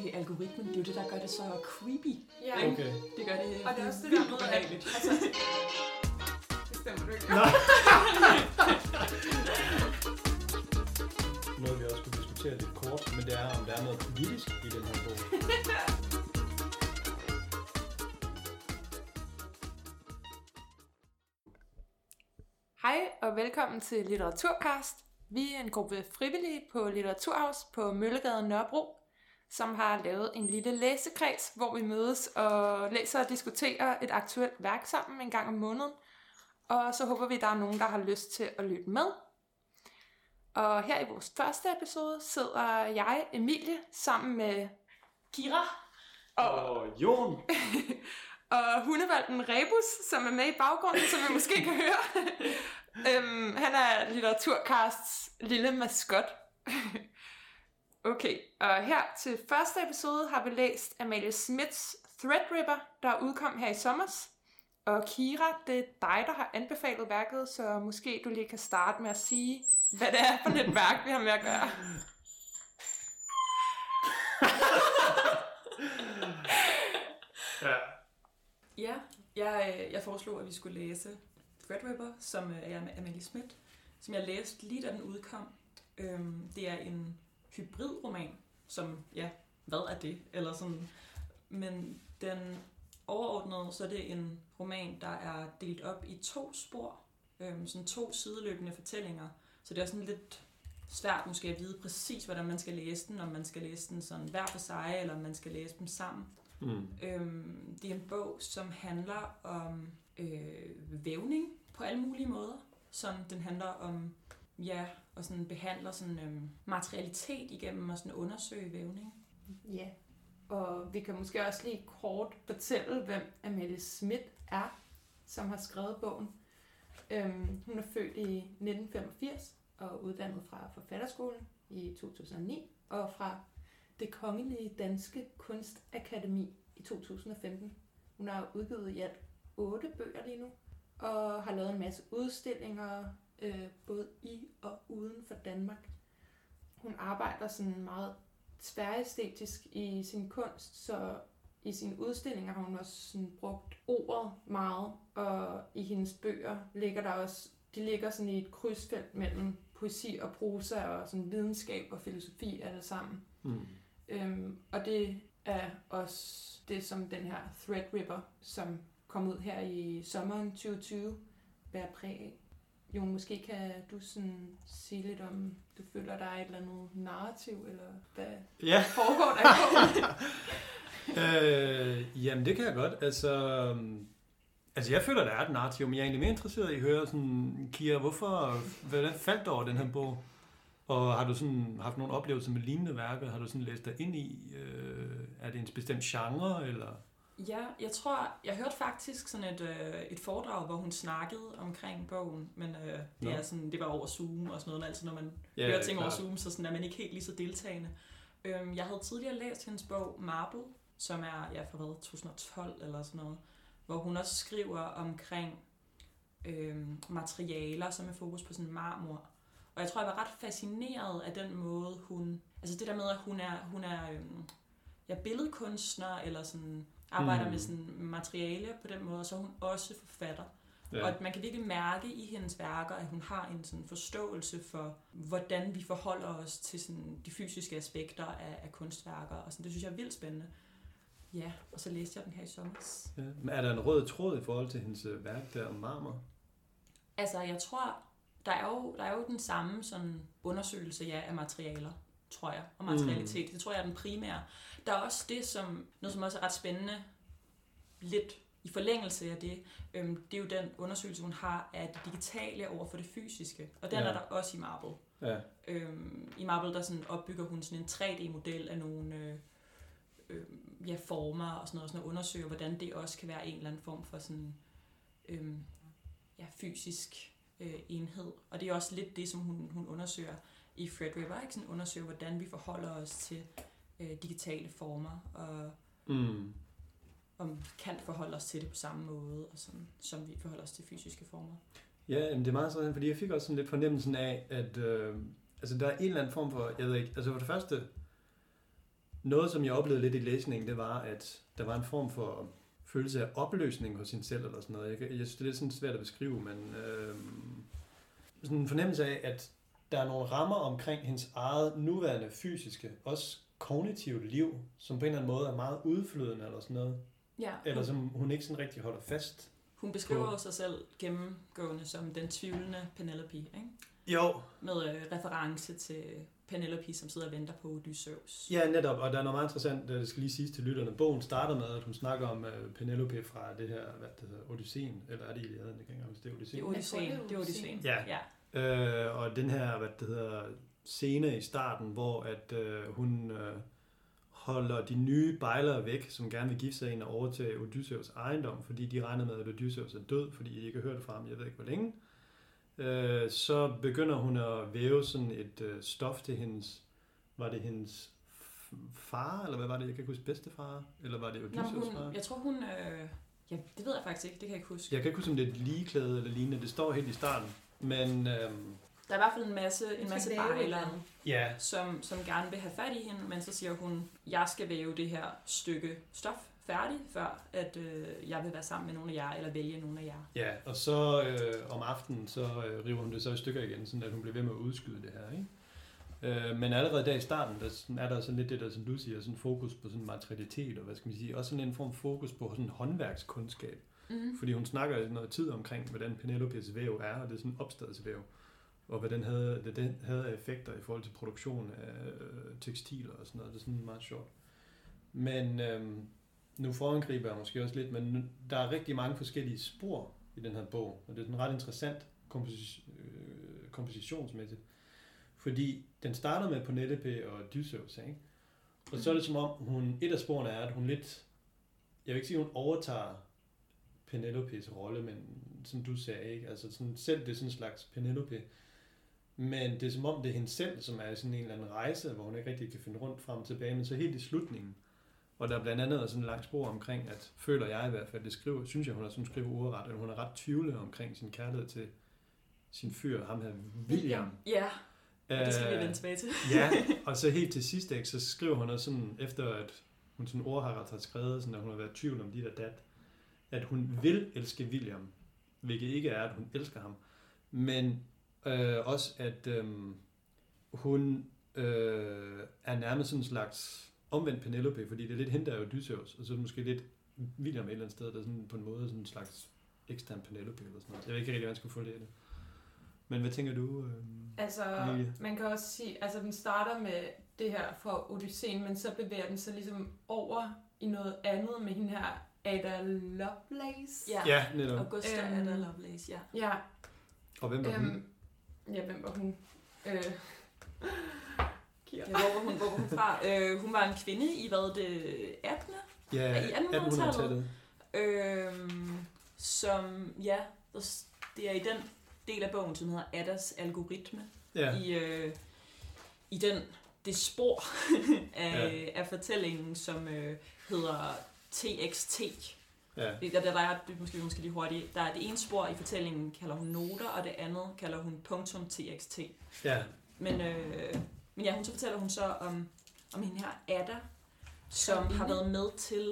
det er algoritmen. Det er jo det, der gør det så creepy. Ja. Okay. Det gør det Og det er også det der med, at altså, det stemmer du ikke. Nej. Noget vi også kunne diskutere lidt kort, men det er, om der er noget politisk i den her bog. Hej og velkommen til Litteraturcast. Vi er en gruppe frivillige på Litteraturhaus på Møllegade Nørrebro, som har lavet en lille læsekreds, hvor vi mødes og læser og diskuterer et aktuelt værk sammen en gang om måneden. Og så håber vi, at der er nogen, der har lyst til at lytte med. Og her i vores første episode sidder jeg, Emilie, sammen med Kira Og Jon. og hundevalpen Rebus, som er med i baggrunden, som I måske kan høre. Han er Litteraturcasts lille maskot. Okay, og her til første episode har vi læst Amalie Smiths Threadripper, der udkom her i sommers. Og Kira, det er dig, der har anbefalet værket, så måske du lige kan starte med at sige, hvad det er for et værk, vi har med at gøre. Ja. Ja, jeg foreslog, at vi skulle læse Threadripper, som er med Amalie Smith, som jeg læste lige da den udkom. Det er en hybridroman, som, ja, hvad er det? Eller sådan. Men den overordnede, så er det en roman, der er delt op i 2 spor, sådan 2 sideløbende fortællinger. Så det er sådan lidt svært måske at vide præcis, hvordan man skal læse den, om man skal læse den sådan hver for sig, eller om man skal læse dem sammen. Det er en bog, som handler om vævning på alle mulige måder. Sådan, den handler om, ja, og sådan behandler sådan materialitet igennem og sådan undersøge vævning. Ja, og vi kan måske også lige kort fortælle, hvem Amalie Smith er, som har skrevet bogen. Hun er født i 1985 og uddannet fra Forfatterskolen i 2009 og fra Det Kongelige Danske Kunstakademi i 2015. Hun har udgivet i alt 8 bøger lige nu og har lavet en masse udstillinger både i og uden for Danmark. Hun arbejder sådan meget tværæstetisk i sin kunst, så i sine udstillinger har hun også sådan brugt ordet meget, og i hendes bøger ligger der også, de ligger sådan i et krydsfelt mellem poesi og prosa og sådan videnskab og filosofi alle sammen. Og det er også det, som den her Threadripper, som kom ud her i sommeren 2020, bærer præg af. Jon, måske kan du sådan sige lidt om, du føler, der er et eller andet narrativ, eller hvad foregår der i bogen? Jamen, det kan jeg godt. Altså, jeg føler, der er et narrativ, men jeg er egentlig mere interesseret i at høre sådan, Kira, hvordan faldt du over den her bog? Og har du sådan haft nogle oplevelser med lignende værker? Har du sådan læst dig ind i? Er det en bestemt genre, eller? Ja, jeg hørte faktisk sådan et foredrag, hvor hun snakkede omkring bogen, men det var over Zoom og sådan noget, altid når man hører ting over Zoom, så sådan er man ikke helt lige så deltagende. Jeg havde tidligere læst hendes bog Marble, som er fra 2012 eller sådan noget, hvor hun også skriver omkring materialer, som er fokus på sådan marmor. Og jeg tror, jeg var ret fascineret af den måde, altså det der med, at hun er billedkunstner, eller sådan arbejder med sådan materiale på den måde, og så er hun også forfatter. Ja. Og man kan virkelig mærke i hendes værker, at hun har en sådan forståelse for, hvordan vi forholder os til sådan de fysiske aspekter af kunstværker. Og sådan, det synes jeg er vildt spændende. Ja, og så læste jeg den her i sommer. Ja. Men er der en rød tråd i forhold til hendes værk der om marmor? Altså, jeg tror, der er jo den samme sådan undersøgelse af materialer, tror jeg, og materialitet. Det tror jeg er den primære. Der er også noget som også er ret spændende, lidt i forlængelse af det, det er jo den undersøgelse, hun har af det digitale over for det fysiske. Og den er der også i Marble. Ja. I Marble, der sådan opbygger hun sådan en 3D-model af nogle former og sådan noget, og undersøger, hvordan det også kan være en eller anden form for sådan, fysisk enhed. Og det er også lidt det, som hun undersøger i Threadripper, ikke? Sådan undersøger, hvordan vi forholder os til digitale former, og om vi kan forholde os til det på samme måde, og sådan, som vi forholder os til fysiske former. Ja, men det er meget interessant, fordi jeg fik også sådan lidt fornemmelsen af, at der er en eller anden form for, jeg ved ikke, altså for det første, noget, som jeg oplevede lidt i læsningen, det var, at der var en form for følelse af opløsning hos hende selv, eller sådan noget. Jeg synes, det er lidt sådan svært at beskrive, men sådan en fornemmelse af, at der er nogle rammer omkring hendes eget nuværende fysiske, også kognitivt liv, som på en eller anden måde er meget udflydende, eller sådan noget. Ja, Eller som hun ikke sådan rigtig holder fast. hun beskriver sig selv gennemgående som den tvivlende Penelope, ikke? Jo. Med reference til Penelope, som sidder og venter på Odysseus. Ja, netop, og der er noget meget interessant, det skal lige siges til lytterne. Bogen starter med, at hun snakker om Penelope fra det her, hvad det hedder, Odysseen, eller er det Iliaden, det kan jeg huske, det er Odysseen. Det er Odysseen. Ja. Og den her, hvad det hedder, scene i starten, hvor at hun holder de nye bejlere væk, som gerne vil gifte sig ind og overtage Odysseus ejendom, fordi de regner med, at Odysseus er død, fordi de ikke har hørt fra ham, jeg ved ikke hvor længe. Så begynder hun at væve sådan et stof til hendes, var det hendes far, eller hvad var det, jeg kan ikke huske, bedstefar, eller var det Odysseus far? Jeg tror hun, ja, det ved jeg faktisk ikke, det kan jeg ikke huske. Jeg kan ikke huske, om det er et ligeklæde eller lignende, det står helt i starten, men der er i hvert fald en masse bejlere, ja. som gerne vil have fat i hende, men så siger hun, jeg skal væve det her stykke stof færdig, før at jeg vil være sammen med nogle af jer, eller vælge nogle af jer. Ja, og så om aftenen, så river hun det så i stykker igen, sådan at hun bliver ved med at udskyde det her, ikke? Men allerede der i starten, der er der sådan lidt det der, som du siger, sådan fokus på sådan materialitet, og hvad skal man sige, også sådan en form fokus på sådan håndværkskundskab. Mm-hmm. Fordi hun snakker noget tid omkring, hvordan Penelopes væv er, og det er sådan en opstadsvæv, og hvad den havde af effekter i forhold til produktion af tekstiler og sådan noget. Det er sådan meget sjovt. Men nu foregriber jeg måske også lidt, men der er rigtig mange forskellige spor i den her bog, og det er sådan ret interessant kompositionsmæssigt. Fordi den starter med Penelope og Odysseus, ikke? Og så er det som om, et af sporene er, at hun lidt, jeg vil ikke sige, hun overtager Penelopes rolle, men som du sagde, ikke? Altså sådan, selv det er sådan en slags Penelope, men det er som om, det er hende selv, som er sådan en eller anden rejse, hvor hun ikke rigtig kan finde rundt frem og tilbage, men så helt i slutningen, og der er blandt andet sådan en lang spor omkring, at føler jeg i hvert fald, synes jeg, hun har sådan skriver ordret, at hun er ret tvivlende omkring sin kærlighed til sin fyr, ham her William. Ja, det skal vi vende tilbage til. Ja, og så helt til sidst, ikke, så skriver hun også sådan, efter at hun sådan ordret har skrevet, sådan, at hun har været i tvivl om dit og dat, at hun vil elske William, hvilket ikke er, at hun elsker ham, men også, at hun er nærmest sådan en slags omvendt Penelope, fordi det er lidt hende, der er Odysseus, og så er det måske lidt William et eller andet sted, der sådan på en måde sådan en slags ekstern Penelope eller sådan noget. Jeg ved ikke rigtig, hvordan jeg skulle få det. Men hvad tænker du, Altså, Emilie? man kan også sige, altså den starter med det her fra Odysseen, men så bevæger den sig ligesom over i noget andet med hende her Ada Lovelace. Ja, netop. Augusta Ada Lovelace, ja. Ja. Og hvem var hun? Ja, hvem var hun? Ja, hvor var hun fra? Hun var en kvinde i, hvad det 18. Ja, i 1800-tallet. Som, ja, det er i den del af bogen, som hedder Adas algoritme. Ja. I det spor af fortællingen, som hedder TXT. Ja. Der er måske lige hurtigt. Der er det ene spor i fortællingen, kalder hun noter, og det andet kalder hun .txt. Ja. Men ja, så fortæller hun så om hende her Ada, som har været med til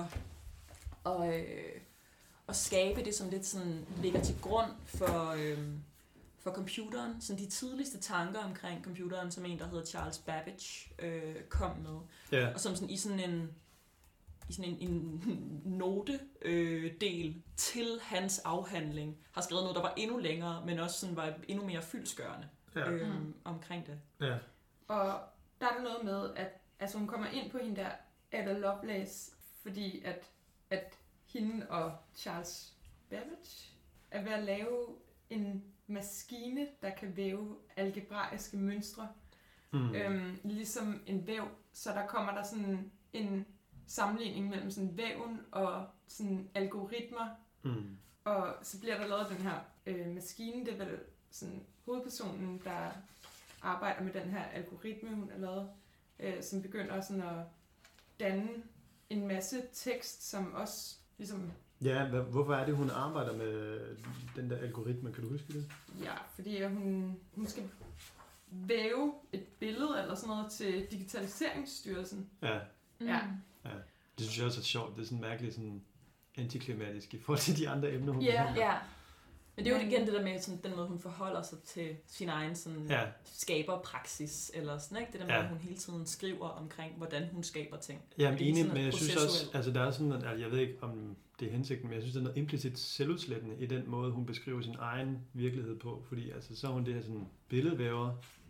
at skabe det, som lidt sådan ligger til grund for computeren. Sådan de tidligste tanker omkring computeren, som en, der hedder Charles Babbage, kom med. Ja. Og som sådan i sådan en note-del til hans afhandling, har skrevet noget, der var endnu længere, men også sådan var endnu mere fyldestgørende omkring det. Ja. Og der er der noget med, at altså hun kommer ind på hende der Ada Lovelace, fordi at hende og Charles Babbage er ved at lave en maskine, der kan væve algebraiske mønstre. Ligesom en væv, så der kommer der sådan en sammenligning mellem sådan væven og sådan algoritmer. Og så bliver der lavet den her maskine, det er vel sådan hovedpersonen, der arbejder med den her algoritme, hun har lavet, som begynder sådan at danne en masse tekst, som også ligesom... Ja, hvorfor er det, hun arbejder med den der algoritme? Kan du huske det? Ja, fordi hun skal væve et billede eller sådan noget til Digitaliseringsstyrelsen. Ja. Ja. Det synes jeg også er sjovt. Det er sådan mærkeligt sådan antiklimatisk i forhold til de andre emner, hun Ja. behandler. Ja. Men det er jo igen det der med sådan, den måde, hun forholder sig til sin egen sådan, skaberpraksis, eller sådan, ikke? Det der med, at hun hele tiden skriver omkring, hvordan hun skaber ting. Jamen Fordi enig, sådan men jeg synes også, processuelt. altså der er sådan, at jeg ved ikke, om det er hensigten, men jeg synes, der er noget implicit selvudslættende i den måde, hun beskriver sin egen virkelighed på, fordi altså, så er hun det her sådan billedvæver,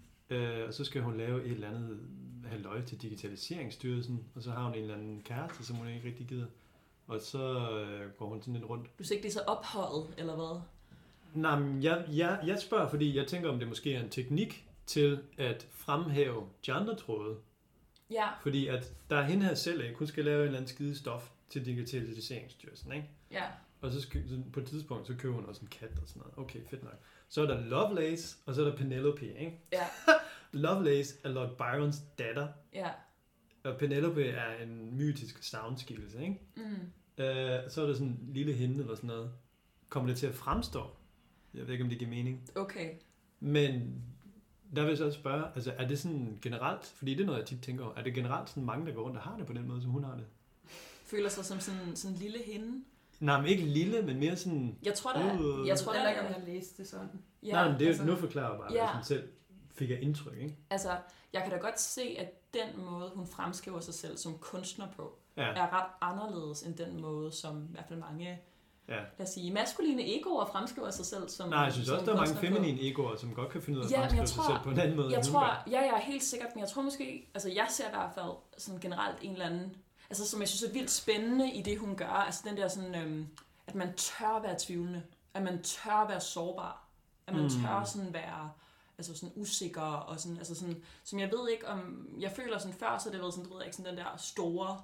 og så skal hun lave et eller andet halløj til Digitaliseringsstyrelsen, og så har hun en eller anden kæreste, som hun ikke rigtig gider, og så går hun sådan lidt rundt. Du synes ikke, det er så ophøjet, eller hvad? Nej, men jeg spørger, fordi jeg tænker, om det måske er en teknik til at fremhæve de andre tråde. Ja. Fordi at der er hende her selv, ikke? Hun skal lave en eller anden skide stof til Digitaliseringsstyrelsen, ikke? Ja. Og så på et tidspunkt, så køber hun også en kat og sådan noget. Okay, fedt nok. Så er der Lovelace, og så er der Penelope, ikke? Ja. Lovelace er Lord Byrons datter, Ja. og Penelope er en mytisk savnskikkelse, ikke? Mm. Så er der sådan en lille hende eller sådan noget. Kommer det til at fremstå? Jeg ved ikke, om det giver mening. Okay. Men der vil jeg så også spørge, altså er det sådan generelt, fordi det er noget, jeg tit tænker over, er det generelt sådan mange, der går rundt og har det på den måde, som hun har det? Føler sig som sådan en lille hende. Nej, men ikke lille, men mere sådan... Jeg tror, der er... Jeg tror heller ikke, om jeg læste det sådan. Ja, Nej, men det er altså, nu forklarer jeg bare, hvad jeg selv fik af indtryk, ikke? Altså, jeg kan da godt se, at den måde, hun fremskriver sig selv som kunstner på, Ja. er ret anderledes end den måde, som i hvert fald mange, Ja. lad os sige, maskuline egoer fremskriver sig selv som Nej, jeg synes også, der er mange kunstner på. feminine egoer, som godt kan finde ud af at Ja, men fremskrive jeg sig tror- selv på en anden måde, Jeg end hun tror, gør. ja, jeg er helt sikkert, men jeg tror måske, altså jeg ser i hvert fald sådan generelt en eller anden, altså som jeg synes er vildt spændende i det, hun gør, altså den der sådan, at man tør være tvivlende, at man tør være sårbar, at man tør sådan være, altså sådan usikker, og sådan, altså sådan, som jeg ved ikke om, jeg føler sådan før, så det ved sådan, du ved ikke, sådan den der store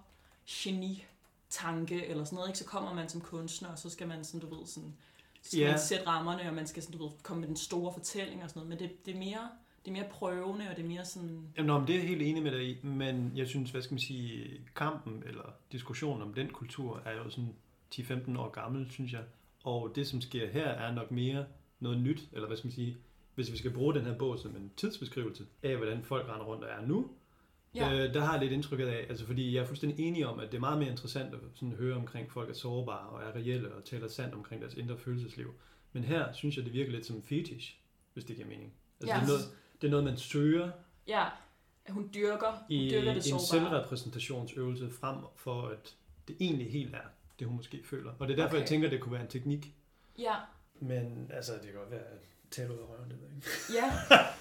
geni-tanke, eller sådan noget, ikke, så kommer man som kunstner, og så skal man sådan, du ved, sådan, så skal man sætte rammerne, og man skal sådan, du ved, komme med den store fortælling og sådan noget, men det er mere prøvende, og det er mere sådan... Jamen, det er jeg helt enig med dig i, men jeg synes, hvad skal man sige, kampen eller diskussionen om den kultur er jo sådan 10-15 år gammel, synes jeg. Og det, som sker her, er nok mere noget nyt, eller hvad skal man sige, hvis vi skal bruge den her bog som en tidsbeskrivelse af, hvordan folk render rundt og er nu, der har jeg lidt indtrykket af, altså fordi jeg er fuldstændig enig om, at det er meget mere interessant at sådan høre omkring, folk er sårbare og er reelle og taler sandt omkring deres indre følelsesliv. Men her synes jeg, det virker lidt som en fetish, hvis det giver mening. Altså det er noget, man søger hun dyrker i det en sårbare. selvrepræsentationsøvelse frem for, at det egentlig helt er det, hun måske føler. Og det er derfor, jeg tænker, at det kunne være en teknik. Ja. Men altså, det kan godt være at tale ud af røven, det ved jeg ikke. Ja.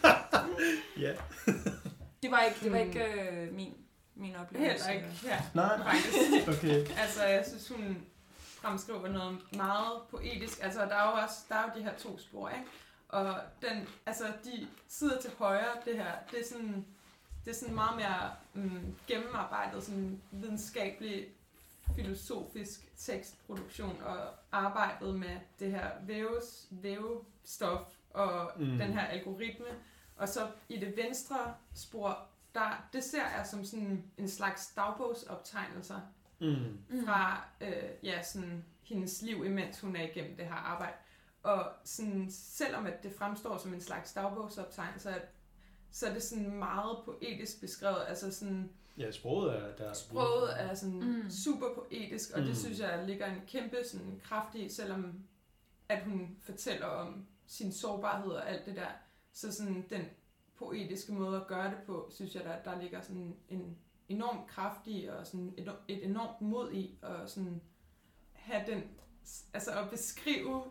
Ja. Det var ikke min oplevelse. Heller ikke, ja. Nej, Faktisk. okay. Altså, jeg synes, hun fremskriver noget meget poetisk. Altså, der er jo de her to spor, ikke? Og de sidder til højre, det her, det er sådan meget mere gennemarbejdet, sådan videnskabelig, filosofisk tekstproduktion, og arbejdet med det her vævestof, og den her algoritme. Og så i det venstre spor, det ser jeg som sådan en slags dagbogsoptegnelser fra sådan hendes liv, imens hun er igennem det her arbejde. Og sådan, selvom at det fremstår som en slags dagbogsoptegnelse, så er det sådan meget poetisk beskrevet. Altså sådan, ja, sproget er sådan super poetisk, og det synes jeg ligger en kæmpe sådan kraft i, selvom at hun fortæller om sin sårbarhed og alt det der. Så sådan den poetiske måde at gøre det på, synes jeg, der ligger sådan en enorm kraft i, og sådan et enormt mod i, og sådan have den, altså at beskrive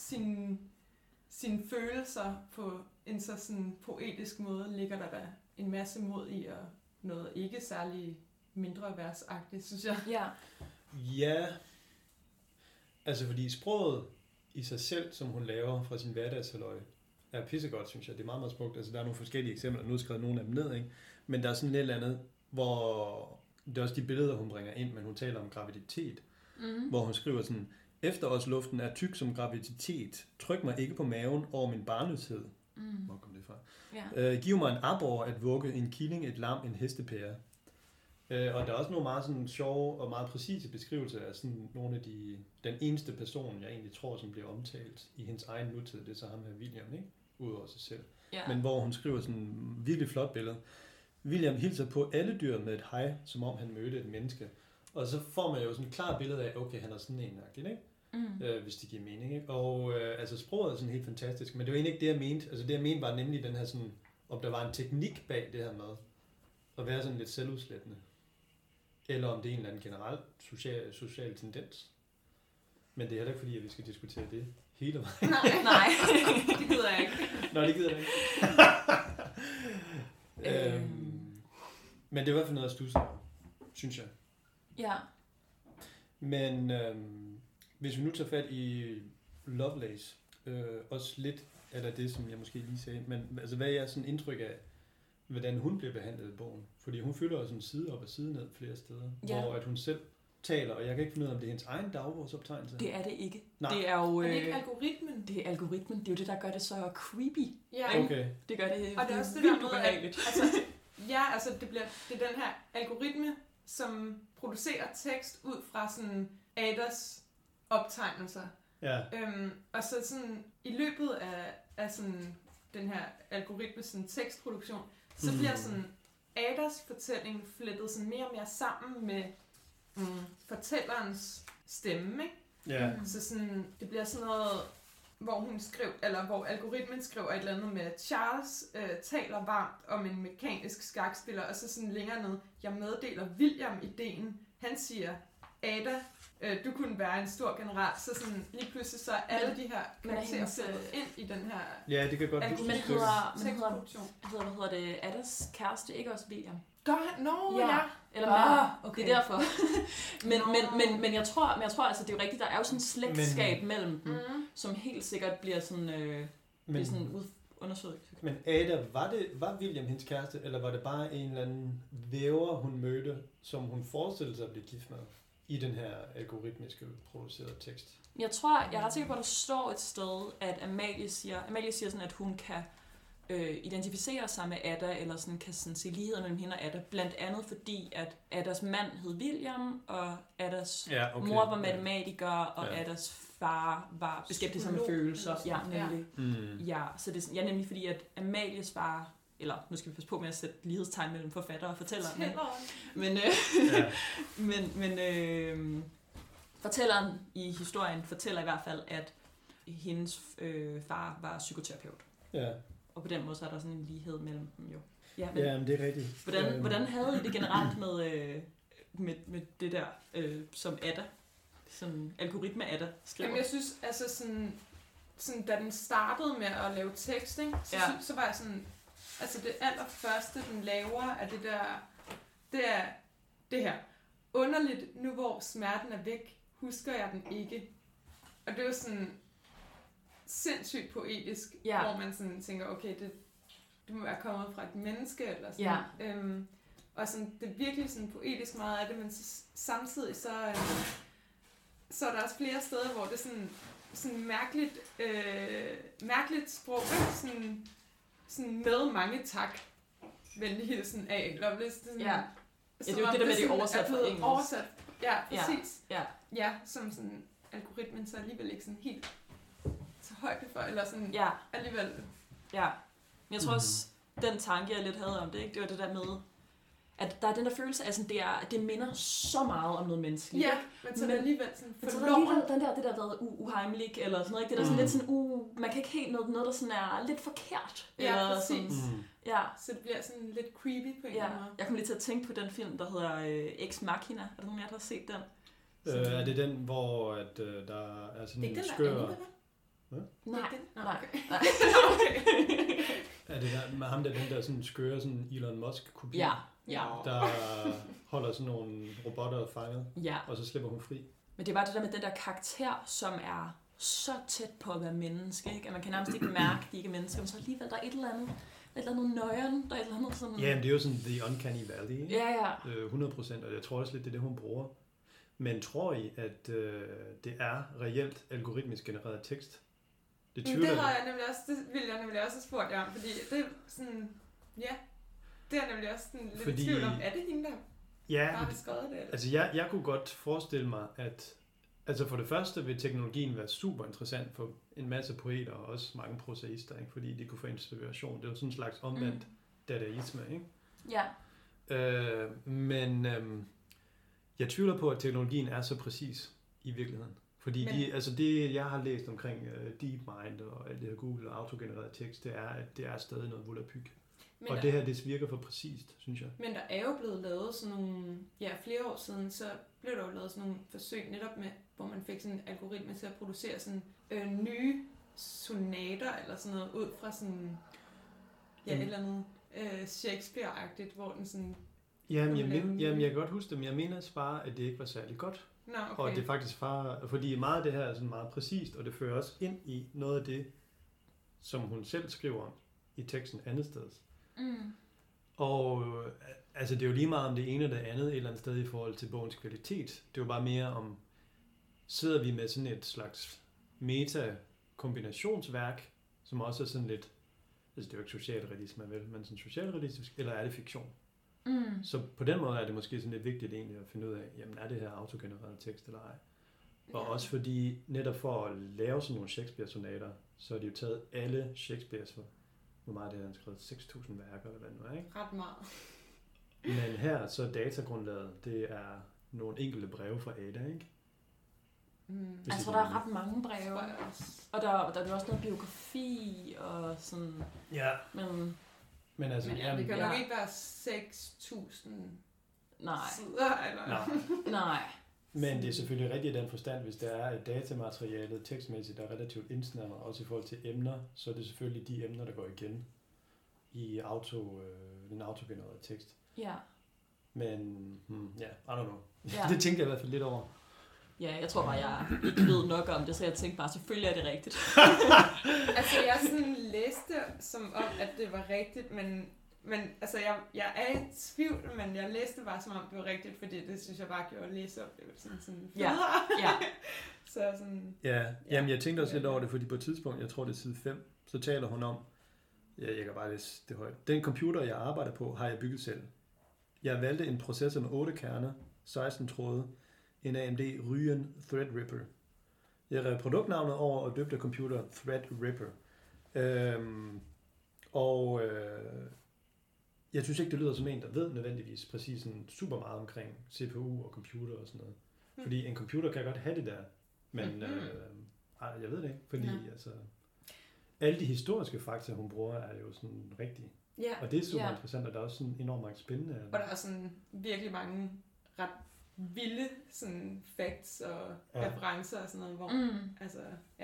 sine følelser på en så sådan poetisk måde, ligger der en masse mod i, og noget ikke særlig mindre værtsagtigt, synes jeg. Ja. Ja, altså fordi sproget i sig selv, som hun laver fra sin hverdagshalløj, er pissegodt, synes jeg. Det er meget, meget smukt. Altså, der er nogle forskellige eksempler, nu har jeg skrevet nogle af dem ned, ikke? Men der er sådan lidt eller andet, hvor det er også de billeder, hun bringer ind, men hun taler om graviditet, hvor hun skriver sådan, efterårsluften er tyk som graviditet. Tryk mig ikke på maven over min barnløshed. Hvor kom det fra? Ja. Giv mig en arbor at vugge, en killing, et lam, en hestepære. Og der er også nogle meget sådan sjove og meget præcise beskrivelser af sådan nogle af den eneste person, jeg egentlig tror, som bliver omtalt i hendes egen nutid, det er så ham her William, ikke? ud over sig selv. Ja. Men hvor hun skriver sådan en virkelig flot billede. William hilser på alle dyr med et hej, som om han mødte et menneske. Og så får man jo sådan et klart billede af, okay, han er sådan en-agtig, ikke? Hvis det giver mening, ikke? Og altså sproget er sådan helt fantastisk, men det var egentlig ikke det, jeg mente. Altså det, jeg mente, var nemlig den her sådan, om der var en teknik bag det her med at være sådan lidt selvudslættende. Eller om det er en eller anden generel social tendens. Men det er heller ikke fordi, at vi skal diskutere det hele vejen. Nej, det gider jeg ikke. Nå, det gider jeg ikke. Men det er i hvert fald noget at studse, synes jeg. Ja. Men hvis vi nu tager fat i Lovelace, også lidt eller det, som jeg måske lige sagde, men altså, hvad er jeres sådan indtryk af, hvordan hun bliver behandlet i bogen? Fordi hun fylder også en side op og side ned flere steder, hvor at hun selv taler, og jeg kan ikke finde ud af, om det er hendes egen dagbogsoptegnelse. Det er det ikke. Nej. Det er jo... Er det ikke algoritmen? Det er algoritmen. Det er jo det, der gør det så creepy. Ja. Okay. Det gør det, Og det er også det vildt der med, ubehageligt. det er den her algoritme, som producerer tekst ud fra sådan Adas optegnelser. Ja. Og så sådan i løbet af sådan den her algoritme sådan tekstproduktion, så bliver sådan Adas fortælling flettet sådan mere og mere sammen med fortællerens stemme, ikke? Ja. Så sådan, det bliver sådan noget, hvor hun skriver, eller hvor algoritmen skriver et eller andet med, Charles taler varmt om en mekanisk skakspiller, og så sådan længere ned, jeg meddeler William ideen. Han siger, Ada, du kunne være en stor general, så sådan lige pludselig så er alle de her karakterer sættet ind i den her Ja, det kan godt men huske. hedder det Adas kæreste, ikke også William? Gør han? Ja. Eller mand. Okay. Det er derfor. men jeg tror altså, det er jo rigtigt, der er jo sådan et slægtskab mellem dem, som helt sikkert bliver sådan, undersøgt. Men Ada, var William hendes kæreste, eller var det bare en eller anden væver, hun mødte, som hun forestillede sig at blive gift med i den her algoritmiske producerede tekst? Jeg er ret sikker på, at der står et sted, at Amalie siger sådan, at hun kan identificere sig med Ada, eller sådan kan sådan se ligheder mellem hende og Ada, blandt andet fordi, at Adas mand hed William, og Adas mor var matematiker, og Adas far var beskæftiget sig med følelser. Ja, nemlig. Ja, så det er nemlig fordi, at Amalies far, eller nu skal vi passe på med at sætte lighedstegn mellem forfatter og fortæller, men fortælleren i historien fortæller i hvert fald, at hendes far var psykoterapeut. Ja. Og på den måde så er der sådan en lighed mellem dem jo. Ja, men det er rigtigt. Hvordan havde I det generelt med det der, som Ada, sådan algoritme Ada skriver? Jamen jeg synes, altså sådan da den startede med at lave tekst, ikke, så var jeg sådan, altså det allerførste, den laver, er det er det her. Underligt, nu hvor smerten er væk, husker jeg den ikke. Og det er jo sådan sindssygt poetisk, hvor man sådan tænker, okay, det må være kommet fra et menneske, eller sådan. Ja. Og sådan, det er virkelig sådan poetisk meget af det, men så, samtidig så er der også flere steder, hvor det er sådan mærkeligt sprog, sådan med mange tak, venlig hilsen af Lovelace. Det er jo det der med, det oversat fra engelsk. Oversat, ja, præcis. Ja, som sådan algoritmen så alligevel ikke sådan helt så højde for, eller sådan alligevel. Ja, men jeg tror også, den tanke, jeg lidt havde om det, ikke? Det var det der med, at der er den der følelse af, sådan, det minder så meget om noget menneskeligt. Ja, men så er det alligevel sådan det der været uheimelig, eller sådan noget, ikke? Det der sådan lidt sådan, man kan ikke helt noget der sådan er lidt forkert. Ja, eller præcis. Sådan, ja. Så det bliver sådan lidt creepy på en eller anden måde. Jeg kom lige til at tænke på den film, der hedder Ex Machina. Er der nogen af jer, der har set den? Er det den, hvor at, der er sådan en skør... Nej. Okay. Er det der, med ham der, den der sådan skøre sådan Elon Musk-kopi? Ja. Der holder sådan nogle robotter fanget, og så slipper hun fri. Men det er bare det der med den der karakter, som er så tæt på at være menneske, ikke? At man kan nærmest ikke mærke, at de ikke er mennesker, men så alligevel der er et eller andet nøjeren, der er et eller andet sådan... Ja, men det er jo sådan The Uncanny Valley, ikke? Ja. 100%, og jeg tror også lidt, det er det, hun bruger. Men tror I, at det er reelt algoritmisk genereret tekst? Det har jeg nemlig også, det ville jeg nemlig også have spurgt jer om, fordi det er sådan, det er nemlig også sådan lidt i tvivl om, er det hende, der bare har skrevet det? Eller? Altså jeg kunne godt forestille mig, at Altså for det første vil teknologien være super interessant for en masse poeter og også mange prosaister, ikke? Fordi de kunne få inspiration. Det er jo sådan en slags omvendt dadaisme, ikke? Ja. Men jeg tvivler på, at teknologien er så præcis i virkeligheden. Fordi det, jeg har læst omkring DeepMind og alt det her Google og autogenereret tekst, det er, at det er stadig noget volapyk. Og det her, det virker for præcist, synes jeg. Men der er jo blevet lavet sådan nogle, flere år siden, så blev der jo lavet sådan nogle forsøg netop med, hvor man fik sådan en algoritme til at producere sådan nye sonater eller sådan noget ud fra sådan, et eller andet Shakespeare-agtigt, hvor den sådan... Jamen, jeg kan godt huske det, men jeg mener bare, at det ikke var særlig godt. Nå, okay. Og det er faktisk fordi meget af det her er sådan meget præcist, og det fører også ind i noget af det, som hun selv skriver om i teksten andet sted. Og altså det er jo lige meget om det ene eller det andet et eller andet sted i forhold til bogens kvalitet. Det er jo bare mere om, sidder vi med sådan et slags meta-kombinationsværk, som også er sådan lidt, altså det er jo ikke socialrealisme, vel, men sådan socialrealistisk, eller er det fiktion? Så på den måde er det måske sådan lidt vigtigt egentlig at finde ud af, jamen er det her autogenereret tekst eller ej? Og også fordi netop for at lave sådan nogle Shakespeare-sonater, så har de jo taget alle Shakespeare's, hvor meget det er, han skrevet 6.000 værker eller hvad nu er, ikke? Ret meget. Men her så datagrundlaget, det er nogle enkelte breve fra Ada, ikke? Jeg tror, der er ret mange breve. Og der er også noget biografi og sådan... Ja. Men altså... det kan nok ikke være 6.000 sider, eller... Nej. Men det er selvfølgelig rigtigt i den forstand, hvis der er et datamateriale tekstmæssigt, der er relativt indsnævret, også i forhold til emner, så er det selvfølgelig de emner, der går igen i den autogenererede tekst. Ja. Men, I don't know. Ja. Det tænker jeg i hvert fald lidt over. Ja, jeg tror bare, jeg ikke ved nok om det, så jeg tænkte bare, selvfølgelig er det rigtigt. Altså, jeg sådan læste som om, at det var rigtigt, men altså, jeg er i tvivl, men jeg læste bare som om, det var rigtigt, fordi det synes jeg bare gjorde læseoplevelsen sådan federe. Ja. Så sådan... Jamen jeg tænkte også lidt over det, fordi på et tidspunkt, jeg tror det er side 5, så taler hun om, jeg kan bare læse det højt. Den computer, jeg arbejder på, har jeg bygget selv. Jeg valgte en processor med 8 kerner, 16 tråde, en AMD Ryzen Threadripper. Jeg rev produktnavnet over og døbte computer Threadripper. Jeg synes ikke, det lyder som en, der ved nødvendigvis præcis sådan super meget omkring CPU og computer og sådan noget. Fordi en computer kan godt have det der, men jeg ved det ikke, fordi altså, alle de historiske fakta, hun bruger, er jo sådan rigtige. Ja. Og det er super interessant, og der er også sådan enormt mange spændende. Og der er sådan virkelig mange ret vilde sådan facts og referencer og sådan noget, hvor altså,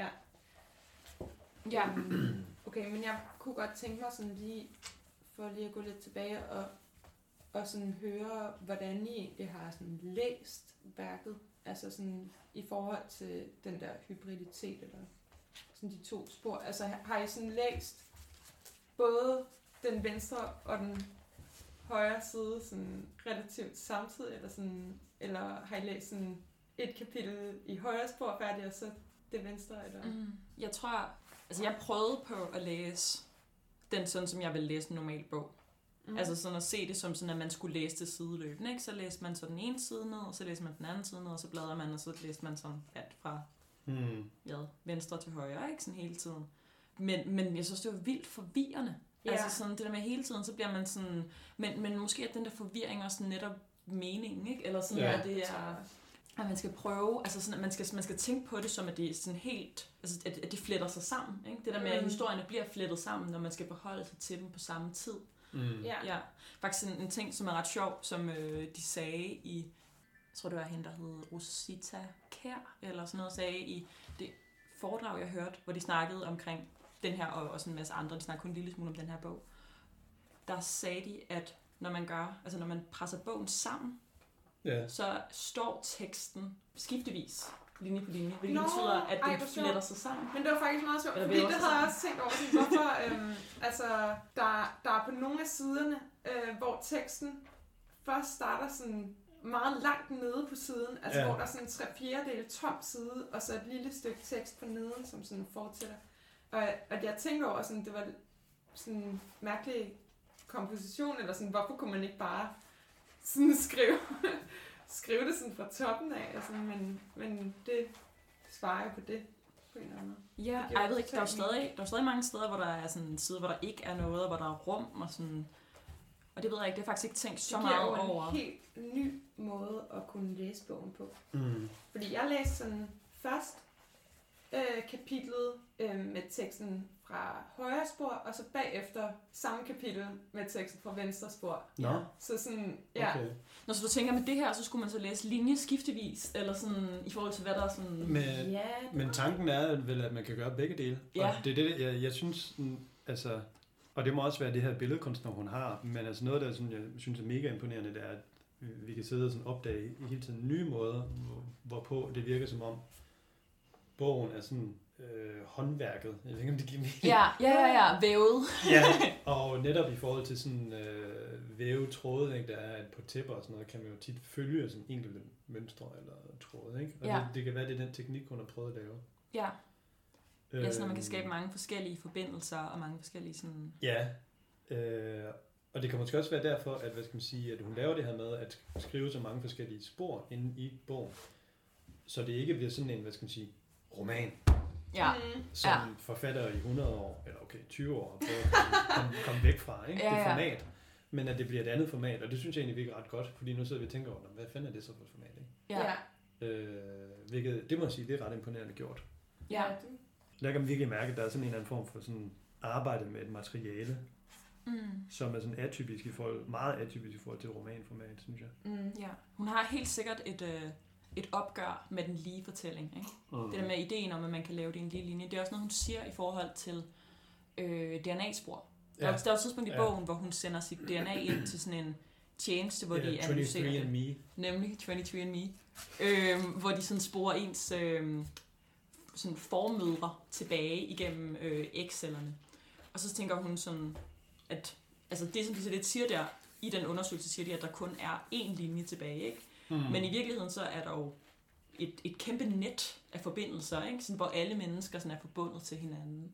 okay, men jeg kunne godt tænke mig sådan lige, for lige at gå lidt tilbage og sådan høre, hvordan I egentlig har sådan læst værket, altså sådan i forhold til den der hybriditet, eller sådan de to spor. Altså har I sådan læst både den venstre og den højre side sådan relativt samtidig, eller har I læst sådan et kapitel i højre spor færdigt, og så det venstre, eller? Jeg tror, altså jeg prøvede på at læse den sådan, som jeg ville læse en normal bog. Altså sådan at se det som sådan, at man skulle læse det sideløbende, ikke? Så læste man så den ene side ned, og så læste man den anden side ned, og så bladrer man, og så læste man sådan alt fra venstre til højre, ikke? Sådan hele tiden. Men jeg synes, det var vildt forvirrende. Ja. Altså sådan det der med hele tiden, så bliver man sådan... Men måske er den der forvirring også netop meningen, ikke? Eller sådan, at det er... At man skal prøve, altså sådan, at man skal tænke på det som, at det er sådan helt... Altså, at det fletter sig sammen, ikke? Det der med, at historierne bliver flettet sammen, når man skal forholde sig til dem på samme tid. Ja. Faktisk en ting, som er ret sjov, som de sagde i... Jeg tror, det var hende, der hed Rosita Kjær, eller sådan noget, sagde i det foredrag, jeg hørte, hvor de snakkede omkring den her, og sådan en masse andre, de snakkede kun en lille smule om den her bog. Der sagde de, at når man presser bogen sammen, så står teksten skiftevis, linje på linje, hvilket betyder, at den fletter sig sammen. Men det var faktisk meget sjovt, fordi det havde jeg også tænkt over, sådan, hvorfor, altså, der er på nogle af siderne, hvor teksten først starter sådan meget langt nede på siden, altså hvor der er sådan en 3/4 tom side, og så et lille stykke tekst på neden, som sådan fortsætter. Og jeg tænkte over, sådan, det var sådan en mærkelig komposition, eller sådan, hvorfor kunne man ikke bare sådan skrive skrive det sådan fra toppen af, altså, men det svarer jo på det på en eller anden måde. Ja, jeg ved ikke, der er stadig mange steder, hvor der er sådan en side, hvor der ikke er noget, hvor der er rum og sådan. Og det ved jeg ikke, det har faktisk ikke tænkt så meget over. Det giver jo en helt ny måde at kunne læse bogen på. Mm. Fordi jeg læste sådan først kapitlet med teksten fra højre spor, og så bagefter samme kapitel med teksten fra venstre spor. Nå. Så sådan, ja. Okay. Når så du tænker med det her, så skulle man så læse linje skiftevis, eller sådan i forhold til, hvad der er sådan... Men tanken er vel, at man kan gøre begge dele. Ja. Og det er det, jeg synes, altså... Og det må også være det her billedkunstner, hun har. Men altså noget, der sådan, jeg synes er mega imponerende, det er, at vi kan sidde og sådan opdage i hele tiden nye måder, hvorpå det virker som om bogen er sådan håndværket. Jeg ved ikke, om det giver mening. Ja, vævet. Ja, og netop i forhold til sådan væve tråde, ikke, der er på tæpper og sådan noget, kan man jo tit følge sådan enkelte mønstre eller tråde, ikke? Og det kan være, det er den teknik, hun har prøvet at lave. Ja. Ja, så man kan skabe mange forskellige forbindelser og mange forskellige sådan... Ja, og det kan måske også være derfor, at, hvad skal man sige, at hun laver det her med at skrive så mange forskellige spor inde i bogen, så det ikke bliver sådan en, hvad skal man sige, roman, som forfatter i 100 år, eller okay, 20 år, har prøvet at komme væk fra, ikke? Det format, men at det bliver et andet format, og det synes jeg egentlig virker ret godt, fordi nu sidder vi og tænker over, hvad fanden er det så for et format, ikke? Hvilket, det må jeg sige, det er ret imponerende gjort. Ja. Der kan man virkelig mærke, at der er sådan en eller anden form for sådan arbejde med et materiale, som er sådan atypisk meget atypisk i forhold til romanformat, synes jeg. Ja. Hun har helt sikkert et opgør med den lige fortælling, ikke? Det der med ideen om, at man kan lave det i en lige linje, det er også noget, hun siger i forhold til DNA-spor. Der er et tidspunkt i bogen, hvor hun sender sit DNA ind til sådan en tjeneste, hvor de analyserer det. Nemlig 23andMe. Hvor de sådan sporer ens sådan formødre tilbage igennem ægcellerne. Og så tænker hun sådan, at altså det, som de så lidt siger der, i den undersøgelse siger de, at der kun er én linje tilbage, ikke? Men i virkeligheden så er der jo et kæmpe net af forbindelser, ikke? Sådan, hvor alle mennesker sådan er forbundet til hinanden.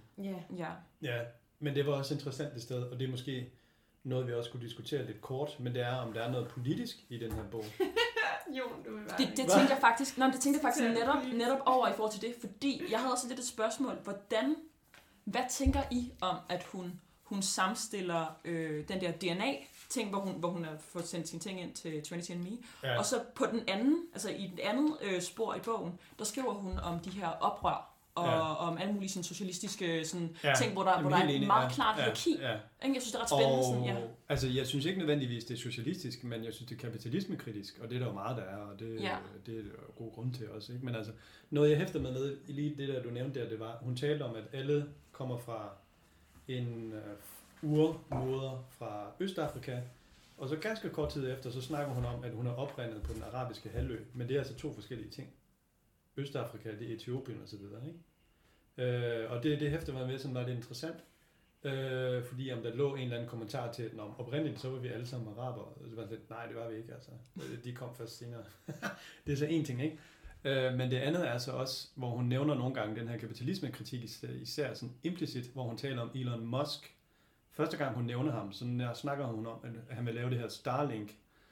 Ja, men det var også interessant det sted, og det er måske noget, vi også kunne diskutere lidt kort, men det er, om der er noget politisk i den her bog. Jo, det tænkte jeg faktisk, netop over i forhold til det, fordi jeg havde også lidt et spørgsmål, hvad tænker I om, at hun sammenstiller den der DNA-ting, hvor hun har fået sendt sine ting ind til 23andMe, og så på den anden, altså i den andet spor i bogen, der skriver hun om de her oprør, og om alle mulige sådan, socialistiske sådan, ting, hvor der er et meget klart hierarki. Jeg synes, det er ret spændende. Altså, jeg synes ikke nødvendigvis, det er socialistisk, men jeg synes, det er kapitalismekritisk, og det er der jo meget, der er, og det er der god grund til også. Ikke? Men altså, noget jeg hæfter med lige det der, du nævnte der, det var, hun talte om, at alle kommer fra en urmoder fra Østafrika, og så ganske kort tid efter, så snakker hun om, at hun er oprindet på den arabiske halvø, men det er altså 2 forskellige ting. Østafrika, det er Etiopien og så videre, ikke? Og det hæfter mig med, som var det interessant, fordi om der lå en eller anden kommentar til, at oprindeligt så var vi alle sammen araber, og så var det lidt, nej, det var vi ikke, altså. De kom først senere. Det er så en ting, ikke? Men det andet er så også, hvor hun nævner nogle gange den her kapitalismekritik, især sådan implicit, hvor hun taler om Elon Musk. Første gang hun nævner ham, så snakker hun om, at han vil lave det her Starlink,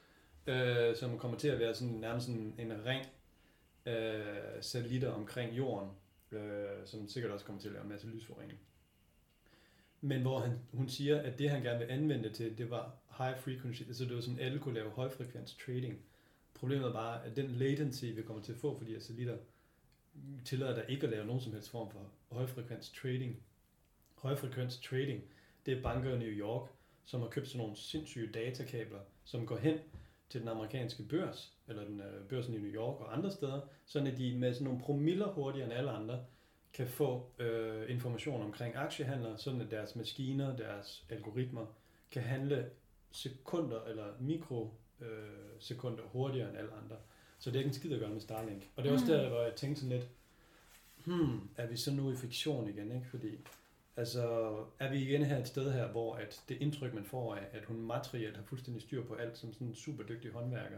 som kommer til at være sådan, nærmest sådan en ring satellitter omkring jorden, som sikkert også kommer til at lave en masse lysforurening. Men hvor hun siger, at det han gerne vil anvende det til, det var high frequency, så det var sådan, at alle kunne lave højfrekvens trading. Problemet er bare, at den latency, vi kommer til at få for de her satellitter, tillader der ikke at lave nogen som helst form for højfrekvens trading. Højfrekvens trading, det er banker i New York, som har købt sådan nogle sindssyge datakabler, som går hen til den amerikanske børs, eller den børsen i New York og andre steder, sådan at de med sådan nogle promiller hurtigere end alle andre, kan få information omkring aktiehandler, sådan at deres maskiner, deres algoritmer, kan handle sekunder eller mikrosekunder hurtigere end alle andre. Så det er ikke en skid at gøre med Starlink. Og det er også der, hvor jeg tænkte sådan lidt, er vi så nu i fiktion igen, ikke? Fordi altså, er vi igen her et sted her, hvor at det indtryk, man får af, at hun materielt har fuldstændig styr på alt som sådan en super dygtig håndværker,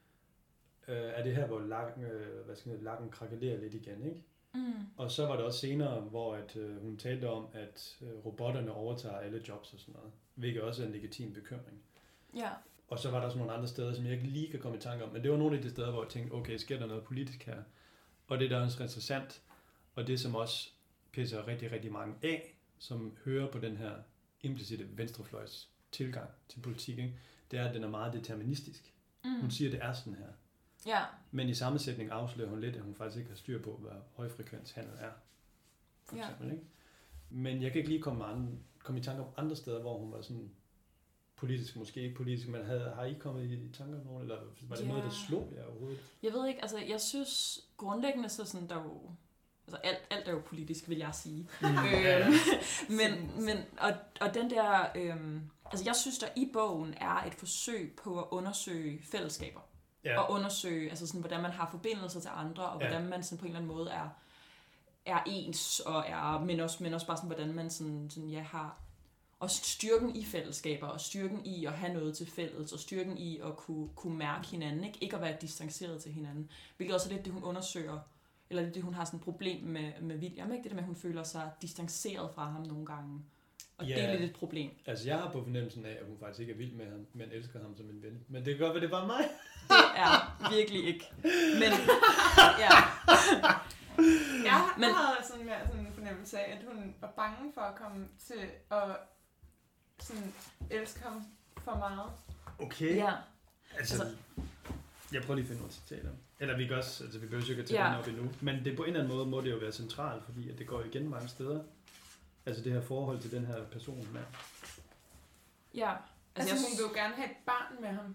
er det her, hvor lakken krakelerer lidt igen, ikke? Og så var det også senere, hvor at, hun talte om, at robotterne overtager alle jobs og sådan noget, hvilket også er en legitim bekymring. Ja. Og så var der sådan nogle andre steder, som jeg ikke lige kan komme i tanke om. Men det var nogle af de steder, hvor jeg tænkte, okay, sker der noget politisk her? Og det der er også interessant, og det som også pisser rigtig, rigtig mange af, som hører på den her implicitte venstrefløjs tilgang til politik, ikke? Det er, at den er meget deterministisk. Hun siger, at det er sådan her. Ja. Men i sammensætning afslører hun lidt, at hun faktisk ikke har styr på, hvad højfrekvenshandel er. For eksempel, ikke? Men jeg kan ikke lige komme i tanke om andre steder, hvor hun var sådan politisk, måske ikke politisk, men har I kommet i tanker om nogen, eller var det noget, der slog jer overhovedet? Jeg ved ikke, altså jeg synes grundlæggende så sådan, der jo, altså alt er jo politisk, vil jeg sige. Men den der, altså jeg synes, der i bogen er et forsøg på at undersøge fællesskaber. Ja. Og undersøge, altså sådan, hvordan man har forbindelser til andre, og hvordan man sådan på en eller anden måde er ens, og men også bare sådan, hvordan man sådan har og styrken i fællesskaber, og styrken i at have noget til fælles, og styrken i at kunne mærke hinanden, ikke at være distanceret til hinanden. Hvilket også er lidt det, hun undersøger, eller det, hun har sådan et problem med William, ikke? Det der med, at hun føler sig distanceret fra ham nogle gange. Og det er lidt et problem. Altså, jeg har på fornemmelsen af, at hun faktisk ikke er vild med ham, men elsker ham som en ven. Men det kan godt være, det er bare mig. Det er virkelig ikke. Men, ja. Jeg havde sådan mere sådan en fornemmelse af, at hun var bange for at komme til at sådan elske ham for meget. Okay. Ja. Altså, jeg prøver lige at finde nogle citater. Eller vi kan også, altså vi behøver ikke at tage den op endnu. Men det på en eller anden måde må det jo være centralt, fordi at det går igen mange steder. Altså det her forhold til den her person. Ja. Ja. Altså hun vil jo gerne have et barn med ham.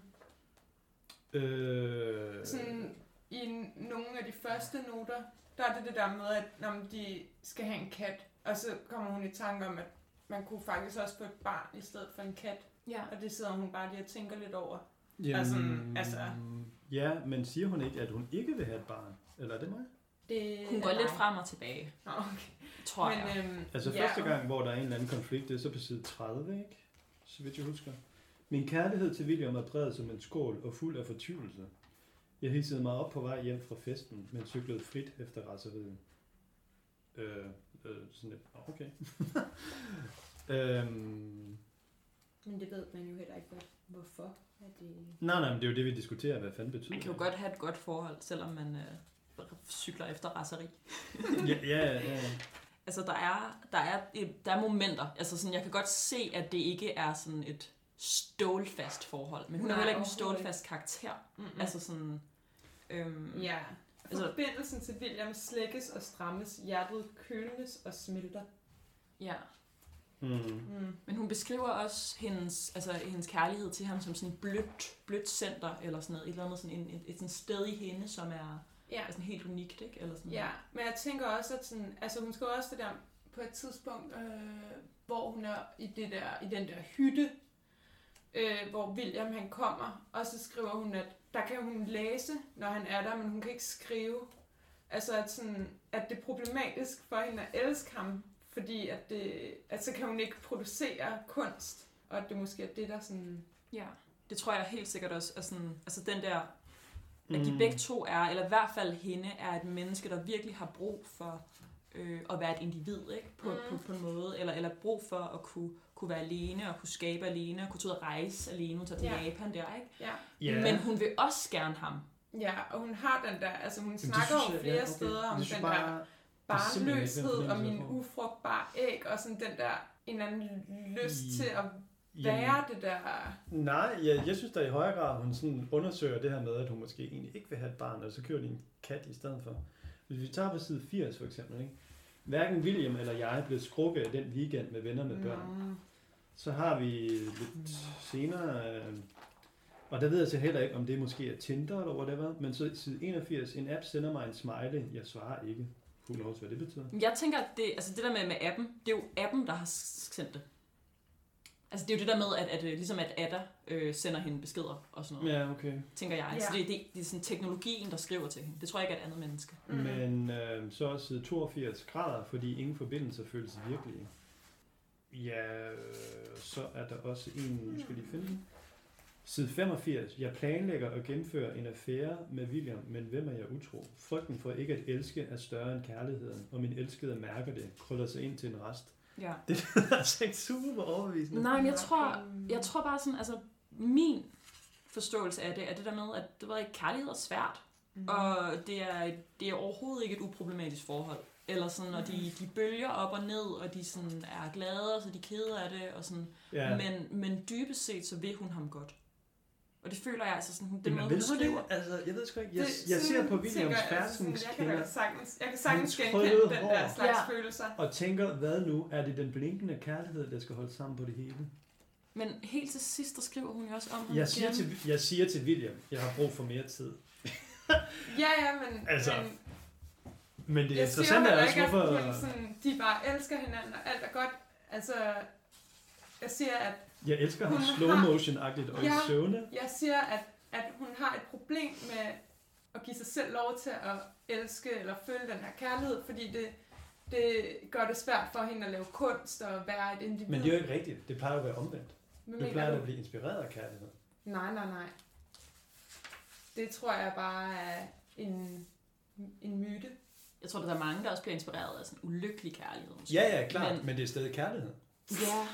Sådan i nogle af de første noter, der er det der med, at når de skal have en kat, og så kommer hun i tanke om, at man kunne faktisk også få et barn i stedet for en kat. Ja. Og det sidder hun bare lige og tænker lidt over. Jamen, ja, men siger hun ikke, at hun ikke vil have et barn? Eller er det mig? Hun går lidt frem og tilbage. Okay. Tror jeg. Altså første gang, hvor der er en eller anden konflikt, det er så på side 30, ikke? Så vidt jeg husker. Min kærlighed til William er bredt som en skål og fuld af fortvivlelse. Jeg hissede mig op på vej hjem fra festen, men cyklede frit efter raseriet. Sådan lidt, okay. Men det ved man jo heller ikke, hvorfor. Nej, men det er jo det, vi diskuterer, hvad fanden betyder. Man kan jo godt have et godt forhold, selvom man cykler efter raseri. ja. Altså, der er momenter. Altså, sådan, jeg kan godt se, at det ikke er sådan et stålfast forhold. Men hun er heller ikke en stålfast karakter. Mm-hmm. Altså sådan... ja. Forbindelsen til William slækkes og strammes. Hjertet kølnes og smelter. Ja. Men hun beskriver også hendes kærlighed til ham som sådan blødt center, eller sådan noget, et eller andet sådan et sådan sted i hende, som er sådan helt unikt, ikke? Eller sådan. Ja, men jeg tænker også, at sådan, altså hun skriver også det der på et tidspunkt, hvor hun er i den der hytte, hvor William han kommer, og så skriver hun, at der kan hun læse, når han er der, men hun kan ikke skrive. Altså at det er problematisk for hende at elske ham, fordi at så kan hun ikke producere kunst, og at det måske er det, der sådan... Ja, det tror jeg helt sikkert også er sådan, altså den der, at de begge to er, eller i hvert fald hende, er et menneske, der virkelig har brug for at være et individ, ikke? På en måde, eller brug for at kunne være alene, og kunne skabe alene, og kunne tage ud og rejse alene, og tage til Japan der, ikke? Ja. Men hun vil også gerne ham. Ja, og hun har den der, altså hun snakker jo flere steder om den der barnløshed og min ufrugtbare æg, og sådan den der en eller anden lyst til at være det der... Nej, jeg synes da i højere grad, hun sådan undersøger det her med, at hun måske egentlig ikke vil have et barn, og så kører de en kat i stedet for. Hvis vi tager på side 80 for eksempel, ikke? Hverken William eller jeg blev skrukket den weekend med venner med børn. Så har vi lidt senere... Og der ved jeg så heller ikke, om det måske er Tinder eller whatever, men så side 81, en app sender mig en smiley, jeg svarer ikke. Who knows, hvad det betyder? Jeg tænker, at det der med appen, det er jo appen, der har sendt det. Altså det er jo det der med, at ligesom at Ada sender hende beskeder og sådan noget. Ja, okay. Tænker jeg. Ja. Så det er sådan teknologien, der skriver til hende. Det tror jeg ikke er et andet menneske. Men så også side 82 grader, fordi ingen forbindelser føles virkelige. Ja, så er der også en, skal lige finde den. Side 85. Jeg planlægger at gennemføre en affære med William, men hvem er jeg utro? Frygten for ikke at elske er større end kærligheden, og min elskede mærker det, krøller sig ind til en rest. Ja. Det er altså ikke super overbevisende. Nej, men jeg tror bare sådan, altså min forståelse af det, er det der med, at det var ikke kærlighed er svært, og det er overhovedet ikke et uproblematisk forhold. Eller sådan, og de bølger op og ned, og de sådan er glade, og så de er kede af det, og sådan. Ja. Men dybest set, så vil hun ham godt. Og det føler jeg altså sådan, den Jamen, måde, hun skriver. det? Altså, jeg ved sgu ikke. Jeg ser på Williams færdens Jeg kan sagtens genkende krøllede den hår. der slags følelser. Og tænker, hvad nu? Er det den blinkende kærlighed, der skal holde sammen på det hele? Men helt til sidst, der skriver hun jo også om ham Jeg siger til William, jeg har brug for mere tid. men... Altså, men det jeg interessante er også, hvorfor... Jeg siger ikke, at hun de bare elsker hinanden, og alt er godt. Altså, jeg siger, at... Jeg elsker ham slow motion-agtigt og i søvne. Jeg siger, at hun har et problem med at give sig selv lov til at elske eller føle den her kærlighed, fordi det gør det svært for hende at lave kunst og være et individ. Men det er jo ikke rigtigt. Det plejer at være omvendt. Det plejer at blive inspireret af kærlighed. Nej. Det tror jeg bare er en myte. Jeg tror, der er mange, der også bliver inspireret af sådan ulykkelig kærlighed. Ja, klart, men det er stadig kærlighed. Ja.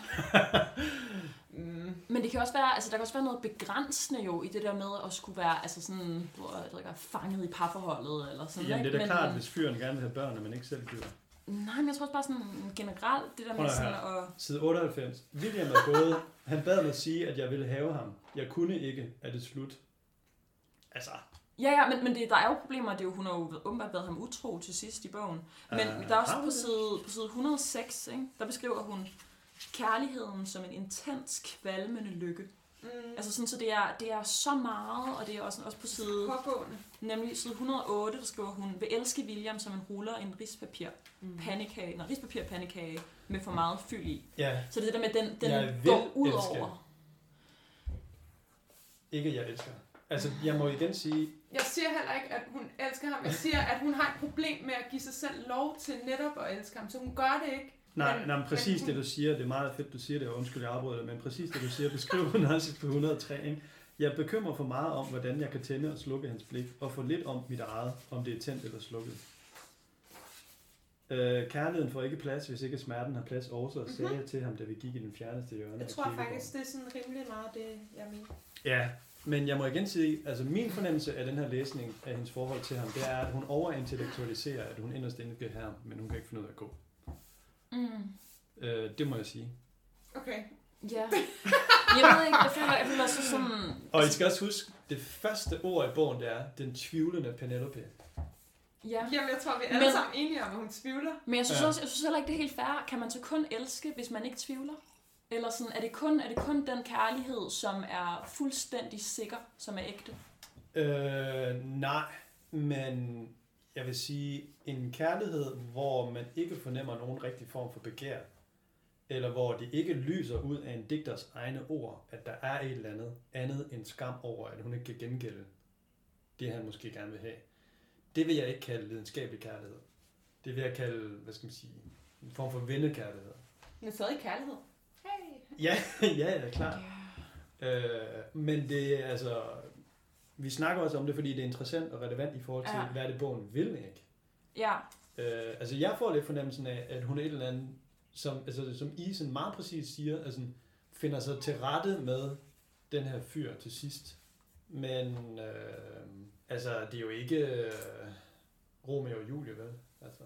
Men det kan også være, altså der kan også være noget begrænsende jo i det der med at skulle være altså sådan, fanget i parforholdet eller sådan. Jamen det er da klart, hvis fyren gerne vil have børn, men ikke selv giver. Nej, men jeg tror også bare sådan generelt det der med sådan at... Side 98. William er gået. Han bad mig sige, at jeg ville have ham. Jeg kunne ikke. Er det slut? Altså... Ja, men der er jo problemer. Det er jo, hun har jo åbenbart været ham utro til sidst i bogen. Men der er også på side 106, ikke, der beskriver hun kærligheden som en intens, kvalmende lykke. Altså sådan, så det er så meget, og det er også på side... Pågående. Nemlig side 108, der skriver hun, vil elske William, som en ruller en rispapir-pandekage med for meget fyld i. Ja. Så det der med, den går ud over. Ikke jeg elsker. Altså, jeg må igen sige... Jeg siger heller ikke, at hun elsker ham. Jeg siger, at hun har et problem med at give sig selv lov til netop at elske ham. Så hun gør det ikke. Men præcis det, du siger, det er meget fedt, du siger det, og undskyld, jeg afbryder det, men præcis det, du siger, beskriver hun også på 103, ikke? Jeg bekymrer for meget om, hvordan jeg kan tænde og slukke hans blik, og for lidt om mit eget, om det er tændt eller slukket. Kærligheden får ikke plads, hvis ikke smerten har plads også, sagde jeg til ham, da vi gik i den fjerneste hjørne. Jeg tror faktisk, det er sådan rimelig meget det, jeg mener. Ja, men jeg må igen sige, altså min fornemmelse af den her læsning af hendes forhold til ham, det er, at hun overintellektualiserer, at hun inderst inde bliver her, men hun kan ikke finde ud af at gå. Det må jeg sige. Okay. Ja. Jeg ved ikke, jeg føler så sådan... Og I skal også huske, det første ord i bogen, det er den tvivlende Penelope. Ja. Jamen, jeg tror, vi er alle sammen enige om, at hun tvivler. Men jeg synes også, jeg synes heller ikke, det er helt fair. Kan man så kun elske, hvis man ikke tvivler? Eller sådan, er det kun den kærlighed, som er fuldstændig sikker, som er ægte? Nej, men jeg vil sige, en kærlighed, hvor man ikke fornemmer nogen rigtig form for begær, eller hvor det ikke lyser ud af en digters egne ord, at der er et eller andet end skam over, at hun ikke kan gengælde det, han måske gerne vil have. Det vil jeg ikke kalde lidenskabelig kærlighed. Det vil jeg kalde, hvad skal man sige, en form for vennekærlighed. Men stadig kærlighed. Hey. Ja, klart. Men det er altså... Vi snakker også om det, fordi det er interessant og relevant i forhold til, hvad det bogen vil ikke. Ja. Altså, jeg får lidt fornemmelsen af, at hun er et eller andet, som I sådan meget præcis siger, altså, finder sig til rette med den her fyr til sidst. Men altså, det er jo ikke Romeo og Julie, vel? Altså,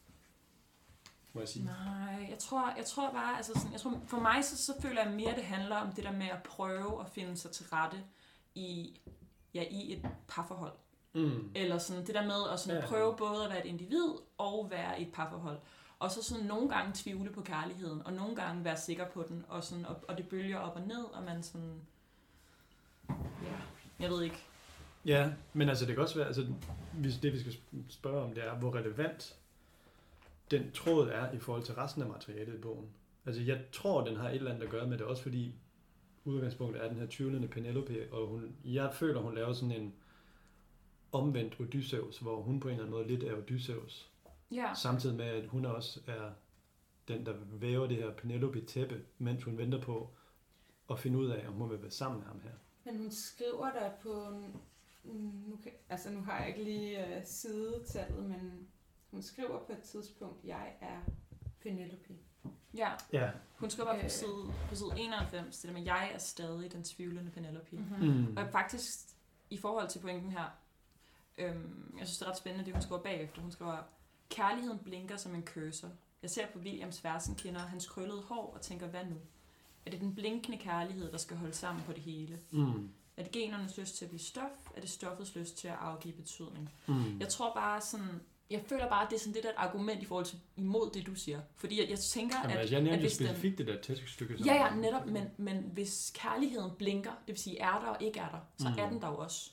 må jeg sige. Nej, jeg tror bare, altså sådan, for mig så føler jeg mere, det handler om det der med at prøve at finde sig til rette i et parforhold. Eller sådan det der med at sådan prøve både at være et individ og være i et parforhold. Og så sådan nogle gange tvivle på kærligheden, og nogle gange være sikker på den, og, sådan, og det bølger op og ned, og man sådan... Ja, jeg ved ikke. Ja, men altså det kan også være, altså det vi skal spørge om, det er, hvor relevant den tråd er i forhold til resten af materialet i bogen. Altså jeg tror, den har et eller andet at gøre med det, også fordi udgangspunktet er den her tvivlende Penelope, og jeg føler, hun laver sådan en omvendt Odysseus, hvor hun på en eller anden måde lidt er Odysseus. Ja. Samtidig med, at hun også er den, der væver det her Penelope-tæppe, mens hun venter på at finde ud af, om hun vil være sammen med ham her. Men hun skriver der på... Nu har jeg ikke lige sidetallet, men hun skriver på et tidspunkt, jeg er Penelope. Ja. Ja. Hun skriver på side 91, det der med, jeg er stadig den tvivlende Penelope. Mm. Og faktisk, i forhold til pointen her, jeg synes, det er ret spændende, det hun skriver bagefter. Hun skriver, kærligheden blinker som en cursor. Jeg ser på Williams versenkinder, hans krøllede hår, og tænker, hvad nu? Er det den blinkende kærlighed, der skal holde sammen på det hele? Mm. Er det genernes lyst til at blive stof? Er det stoffets lyst til at afgive betydning? Mm. Jeg tror bare sådan... Jeg føler bare, at det er sådan lidt et argument i forhold til imod det, du siger. Fordi jeg tænker, Jamen, at... jeg nævnte hvis specifikt det der tekststykke. Ja, netop. Men hvis kærligheden blinker, det vil sige er der og ikke er der, så er den der jo også.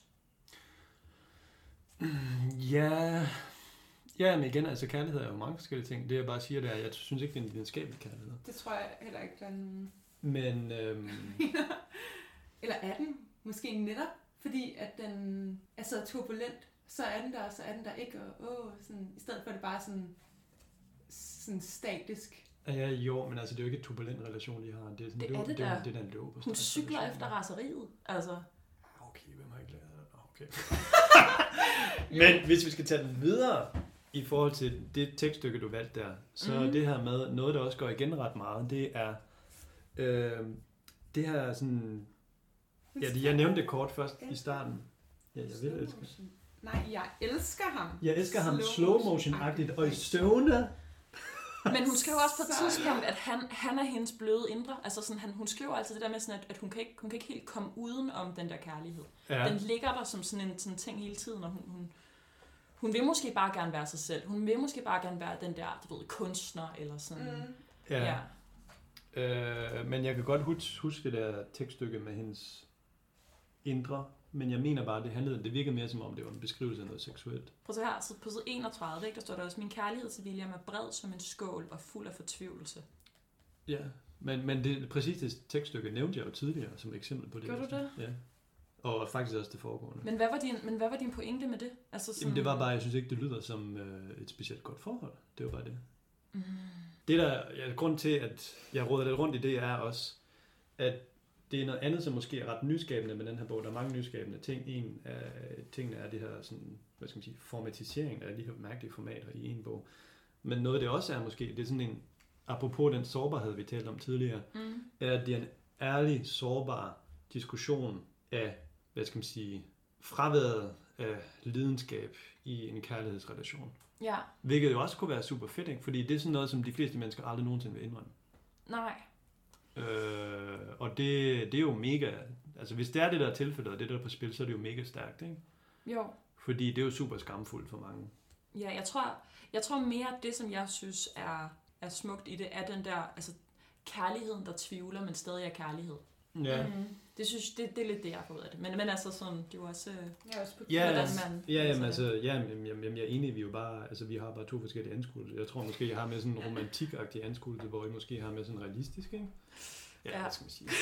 Ja... Ja, men igen, altså kærlighed er jo mange forskellige ting. Det jeg bare siger, det er, at jeg synes ikke, det er en videnskabelig kærlighed. Det tror jeg heller ikke, der er nogen... Men... Eller er den måske netop, fordi at den er så turbulent, så er den der, og så er den der ikke, og sådan, i stedet for det bare sådan statisk. Ja, jo, men altså det er jo ikke et turbulent relation, de har. Det er sådan, det er det er den løb. Hun cykler efter raseriet, altså. Okay, hvem har ikke lært det? Okay. Men hvis vi skal tage den videre i forhold til det tekststykke, du valgte der, så det her med noget, der også går igen ret meget, det er det her sådan... Ja, jeg nævnte det kort først i starten. Ja, jeg vil elske. Nej, jeg elsker ham. Jeg elsker ham slow motion-agtigt og i støvende. Men hun skriver også på et tidspunkt, at han er hendes bløde indre. Altså sådan, hun skriver altid det der med, sådan, at hun kan ikke helt komme uden om den der kærlighed. Ja. Den ligger der som sådan en ting hele tiden, og hun vil måske bare gerne være sig selv. Hun vil måske bare gerne være den der, du ved, kunstner eller sådan. Ja. Men jeg kan godt huske det der tekststykke med hendes indre, men jeg mener bare, det virkede mere som om, det var en beskrivelse af noget seksuelt. Prøv at se her, så på side 31, ikke, der står der også, min kærlighed til William er bred som en skål og fuld af fortvivlelse. Ja, men det præcis det tekststykke nævnte jeg jo tidligere som eksempel på det. Gør du det? Ja. Og faktisk også det foregående. Men hvad var din pointe med det? Altså sådan... Jamen det var bare, jeg synes ikke, det lyder som et specielt godt forhold. Det var bare det. Det der, grund til, at jeg råder lidt rundt i det, er også, at det er noget andet, som måske er ret nyskabende med den her bog. Der er mange nyskabende ting. En af tingene er det her sådan, hvad skal man sige, formatisering af de her mærkelige formater i en bog. Men noget det også er måske, det er sådan en, apropos den sårbarhed, vi talte om tidligere, er, at det er en ærlig, sårbar diskussion af, hvad skal man sige, fraværet af lidenskab i en kærlighedsrelation. Ja. Hvilket jo også kunne være super fedt, ikke? Fordi det er sådan noget, som de fleste mennesker aldrig nogensinde vil indrømme. Nej. Og det er jo mega... Altså hvis det er det der tilfælde, og det der er på spil, så er det jo mega stærkt, ikke? Jo. Fordi det er jo super skamfuldt for mange. Ja, jeg tror mere, at det, som jeg synes er smukt i det, er den der, altså kærligheden, der tvivler, men stadig er kærlighed. Ja. Det synes det er lidt det, jeg får ud af det. Men altså sådan, det var også... Jeg er også på jeg er enig, vi jo bare, altså vi har bare to forskellige anskuelser. Jeg tror måske, jeg har med sådan en romantikagtig anskuelse, hvor I måske har med sådan en realistisk, ikke? Ja, hvad skal man sige.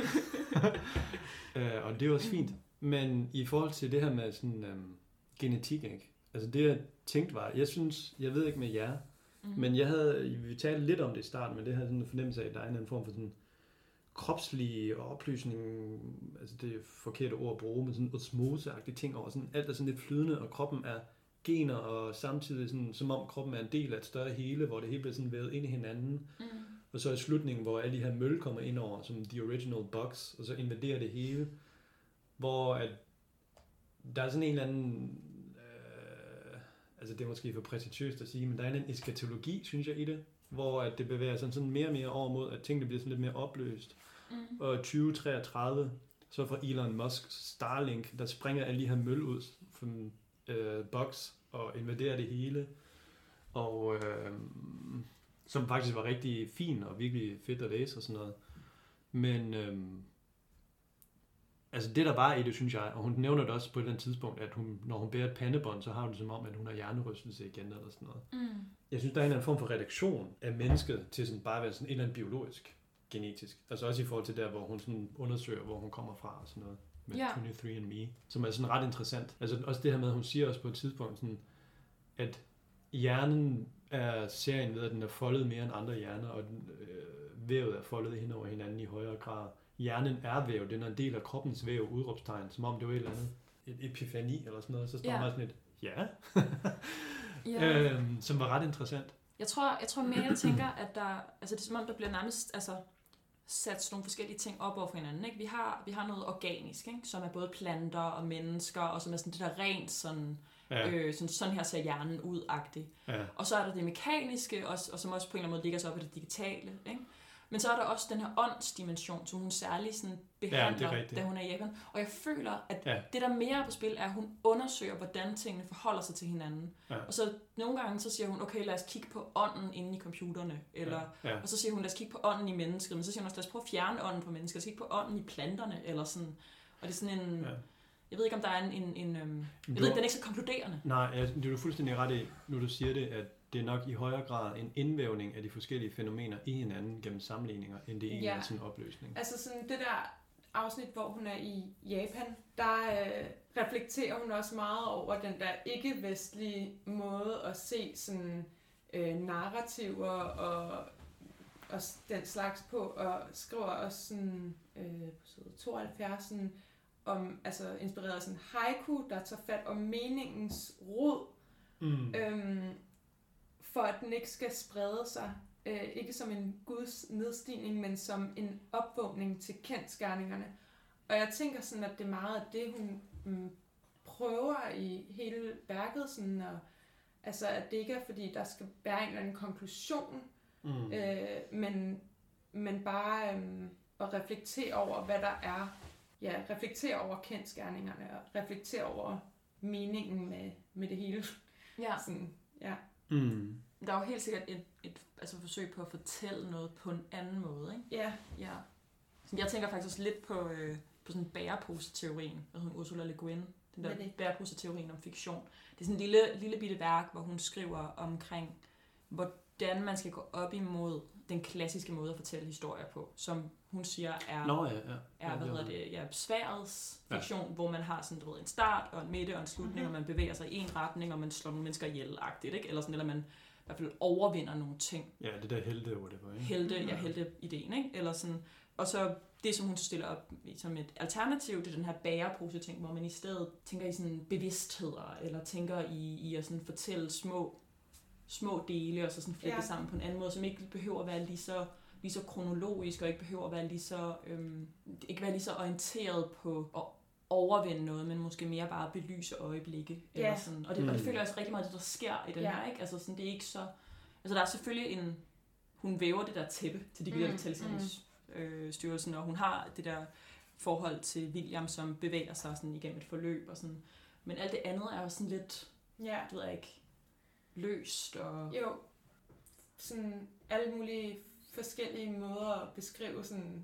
Og det er også fint. Men i forhold til det her med sådan genetik, ikke? Altså det jeg tænkte var, jeg ved ikke med jer, men vi talte lidt om det i starten, men det havde sådan en fornemmelse af, at der er en form for sådan kropslig oplysning, altså det er forkerte ord at bruge, men sådan osmoseagtige ting over, sådan alt er sådan lidt flydende, og kroppen er gener, og samtidig sådan, som om kroppen er en del af et større hele, hvor det hele bliver sådan vævet ind i hinanden, og så i slutningen, hvor alle de her møl kommer ind over, som the original box, og så invaderer det hele, hvor at der er sådan en eller anden, altså det er måske for prætentiøst at sige, men der er en eskatologi, synes jeg, i det, hvor at det bevæger sig sådan mere og mere over mod, at tingene bliver sådan lidt mere opløst. Og 2033, så fra Elon Musk Starlink, der springer alle de her møl ud fra box og invaderer det hele. Og som faktisk var rigtig fin og virkelig fedt at læse og sådan noget. Men altså det der var i det, synes jeg, og hun nævner det også på et eller andet tidspunkt, at når hun bærer et pandebånd, så har hun det som om, at hun har hjernerystelse igen eller sådan noget. Jeg synes, der er en form for reduktion af mennesket til sådan bare at være sådan et eller andet biologisk, genetisk. Altså også i forhold til der, hvor hun sådan undersøger, hvor hun kommer fra og sådan noget. Med 23andMe, som er sådan ret interessant. Altså også det her med, at hun siger også på et tidspunkt, sådan, at hjernen er serien ved, at den er foldet mere end andre hjerner, og vævet er foldet hen over hinanden i højere grad. Hjernen er væv, den er en del af kroppens væv, udråbstegn, som om det var et eller andet, et epifani eller sådan noget, så står man sådan et, som var ret interessant. Jeg tror mere, jeg tænker, at der, altså det er som om, der bliver nærmest sat sådan nogle forskellige ting op over for hinanden. Ikke? Vi har noget organisk, ikke? Som er både planter og mennesker, og som er sådan det der rent sådan, sådan her ser hjernen ud-agtigt. Ja. Og så er der det mekaniske, og som også på en eller anden måde ligger sig op i det digitale. Ikke? Men så er der også den her åndsdimension, som hun særligt sådan behandler, da hun er i Japan. Og jeg føler, at det der mere er på spil, er, at hun undersøger, hvordan tingene forholder sig til hinanden. Ja. Og så nogle gange, så siger hun, okay, lad os kigge på ånden inde i computerne. Eller, og så siger hun, lad os kigge på ånden i mennesket. Men så siger hun også, lad os prøve at fjerne ånden fra mennesket. Lad os kigge på ånden i planterne. Eller sådan. Og det er sådan en... Ja. Jeg ved ikke, om der er en jeg ved ikke, den er ikke så konkluderende. Nej, det er du fuldstændig ret i, nu du siger det, at det er nok i højere grad en indvævning af de forskellige fænomener i hinanden gennem sammenligninger, end det egentlig er sådan en opløsning. Altså sådan det der afsnit, hvor hun er i Japan, der reflekterer hun også meget over den der ikke-vestlige måde at se sådan narrativer og den slags på, og skriver også sådan på side 72 sådan, om, altså inspireret af sådan haiku, der tager fat om meningens rod, for at den ikke skal sprede sig, ikke som en Guds nedstigning, men som en opvågning til kendsgerningerne. Og jeg tænker sådan, at det er meget af det, hun prøver i hele værket, sådan, og, altså at det ikke er, fordi der skal være en eller anden konklusion, men bare at reflektere over, hvad der er. Ja, reflektere over kendsgerningerne og reflektere over meningen med det hele. Ja. Sådan, ja. Der er jo helt sikkert et forsøg på at fortælle noget på en anden måde, ikke? Ja. Ja. Så jeg tænker faktisk også lidt på sådan bæreposeteorien, hvad hedder Ursula Le Guin, den der bæreposeteorien om fiktion. Det er sådan en lille bitte værk, hvor hun skriver omkring, hvordan man skal gå op imod den klassiske måde at fortælle historier på, som hun siger er sværets fiktion, hvor man har sådan, en start og en midte og en slutning, og man bevæger sig i en retning, og man slår nogle mennesker ihjel-agtigt, ikke? Eller man i hvert fald overvinder nogle ting. Ja, det der helte, hvor det var, ikke? Helte-ideen, ikke? Eller sådan, og så det, som hun stiller op som et alternativ til den her bærepose-ting, hvor man i stedet tænker i sådan bevidstheder, eller tænker i at sådan fortælle små dele, og så sådan flække sammen på en anden måde, som ikke behøver at være lige så kronologisk, og ikke behøver at være ikke være lige så orienteret på at overvinde noget, men måske mere bare belyse øjeblikke. Eller sådan. Og det føler jeg også rigtig meget, det der sker i den her, ikke? Altså sådan, det er ikke så... Altså der er selvfølgelig hun væver det der tæppe til digitaliseringsstyrelsen, og hun har det der forhold til William, som bevæger sig sådan igennem et forløb, og sådan. Men alt det andet er jo sådan lidt, det ved jeg ikke, løst og... Jo, sådan alle mulige forskellige måder at beskrive sådan...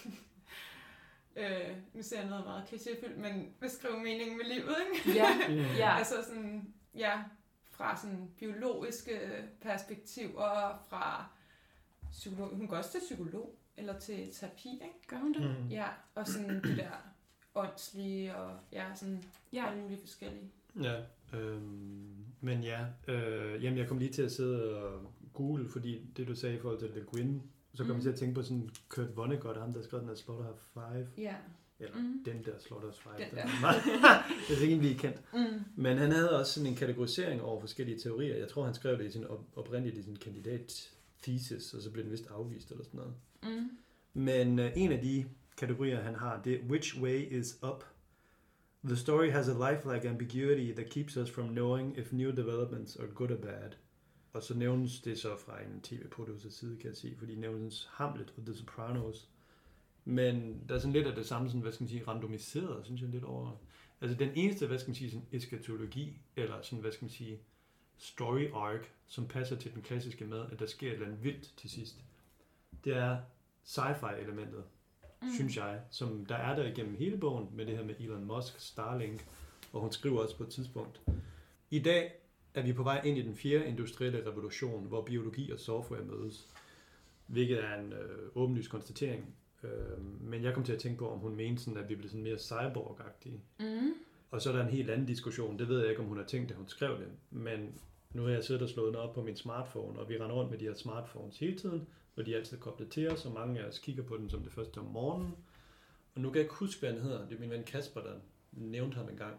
nu ser jeg noget meget klichéfyldt, men beskrive meningen med livet, ikke? Ja. Altså sådan, fra sådan biologiske perspektiver, fra psykolog... Hun går også til psykolog, eller til terapi, ikke? Gør hun det? Ja, og sådan de der åndslige, og sådan alle mulige forskellige. Ja. Men jamen jeg kom lige til at sidde og google, fordi det du sagde i forhold til Le Guin, så kom jeg til at tænke på sådan Kurt Vonnegut, ham der skrev den der Slaughterhouse 5. Ja. Eller den der Slaughterhouse 5. Det er ikke blive kendt. Men han havde også sådan en kategorisering over forskellige teorier. Jeg tror han skrev det i sin oprindeligt i sin kandidat thesis, og så blev den vist afvist eller sådan noget. Men en af de kategorier han har, det er Which Way is Up? The story has a lifelike ambiguity that keeps us from knowing if new developments are good or bad. Og så nævnes det så fra en tv-producer side, kan jeg sige, fordi nævnes Hamlet og The Sopranos. Men der er sådan lidt af det samme, sådan, randomiseret, synes jeg lidt over. Altså den eneste, sådan eskatologi, eller sådan, story arc, som passer til den klassiske med, at der sker et eller andet vildt til sidst, det er sci-fi-elementet. Synes jeg, som der er der igennem hele bogen, med det her med Elon Musk, Starlink, og hun skriver også på et tidspunkt. I dag er vi på vej ind i den 4. industrielle revolution, hvor biologi og software mødes, hvilket er en åbenlys konstatering. Men jeg kom til at tænke på, om hun mente sådan, at vi bliver sådan mere cyborg-agtige. Og så er der en helt anden diskussion, det ved jeg ikke, om hun har tænkt, da hun skrev det, men nu har jeg siddet og slået noget op på min smartphone, og vi render rundt med de her smartphones hele tiden, og de er altid koblet til os, og mange af os kigger på den som det første om morgenen. Og nu kan jeg ikke huske, hvad han hedder. Det er min ven Kasper, der nævnte ham engang.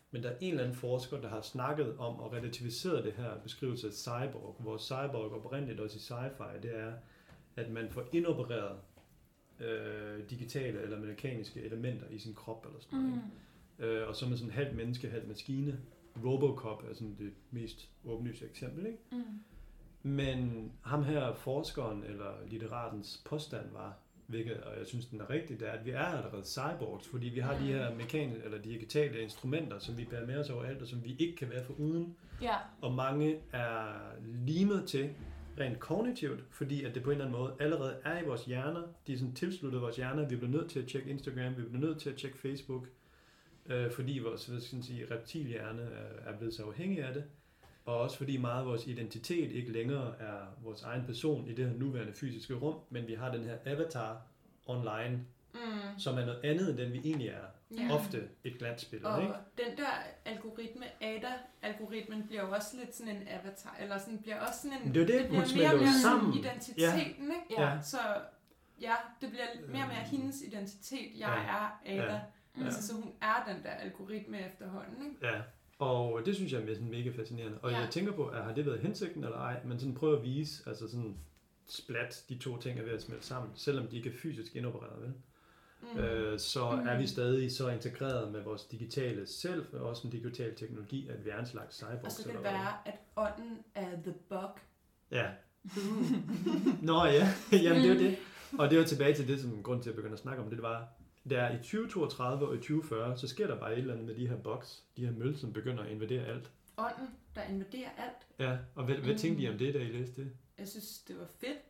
Men der er en eller anden forsker, der har snakket om og relativiseret det her beskrivelse af cyborg. Hvor cyborg oprindeligt også i sci-fi, det er, at man får indopereret digitale eller mekaniske elementer i sin krop eller sådan noget. Og så med sådan halvt menneske, halvt maskine. Robocop er sådan det mest åbenlyse eksempel, ikke? Men ham her forskeren eller litteratens påstand var, hvilket, og jeg synes den er rigtig, det er, at vi er allerede cyborgs, fordi vi har de her mekaniske eller digitale instrumenter, som vi bærer med os overalt, og som vi ikke kan være foruden. Ja. Og mange er limet til rent kognitivt, fordi at det på en eller anden måde allerede er i vores hjerner. De er sådan tilsluttet vores hjerner. Vi bliver nødt til at tjekke Instagram, vi bliver nødt til at tjekke Facebook, fordi vores reptilhjerne er blevet så afhængig af det. Og også fordi meget af vores identitet ikke længere er vores egen person i det her nuværende fysiske rum, men vi har den her avatar online, som er noget andet, end den vi egentlig er. Ja. Ofte et glansbillede, og ikke? den der algoritme, ADA-algoritmen, bliver jo også lidt sådan en avatar, eller sådan bliver også sådan en... Det er det, hun bliver smelter mere og mere sammen. Identiteten, ikke? Ja. Så ja, det bliver mere og mere hendes identitet. Jeg er Ada. Ja. Altså, så hun er den der algoritme efterhånden, ikke? Ja, og det synes jeg er sådan mega fascinerende. Og jeg tænker på, at har det været hensigten eller ej, men sådan prøv at vise, altså sådan splat, de to ting er ved at smelte sammen, selvom de ikke er fysisk indopereret, vel? Så er vi stadig så integreret med vores digitale selv, og også en digital teknologi, at vi er en slags cyborg. Og så kan det være, at ånden er the bug. Ja. Nå ja, jamen det er jo det. Og det var tilbage til det, som grund til at begynde at snakke om det var, der i 2032 og i 2040, så sker der bare et eller andet med de her bugs, de her møl, som begynder at invadere alt. Ånden, der invaderer alt. Ja, og hvad tænkte I om det, da I læste det? Jeg synes, det var fedt.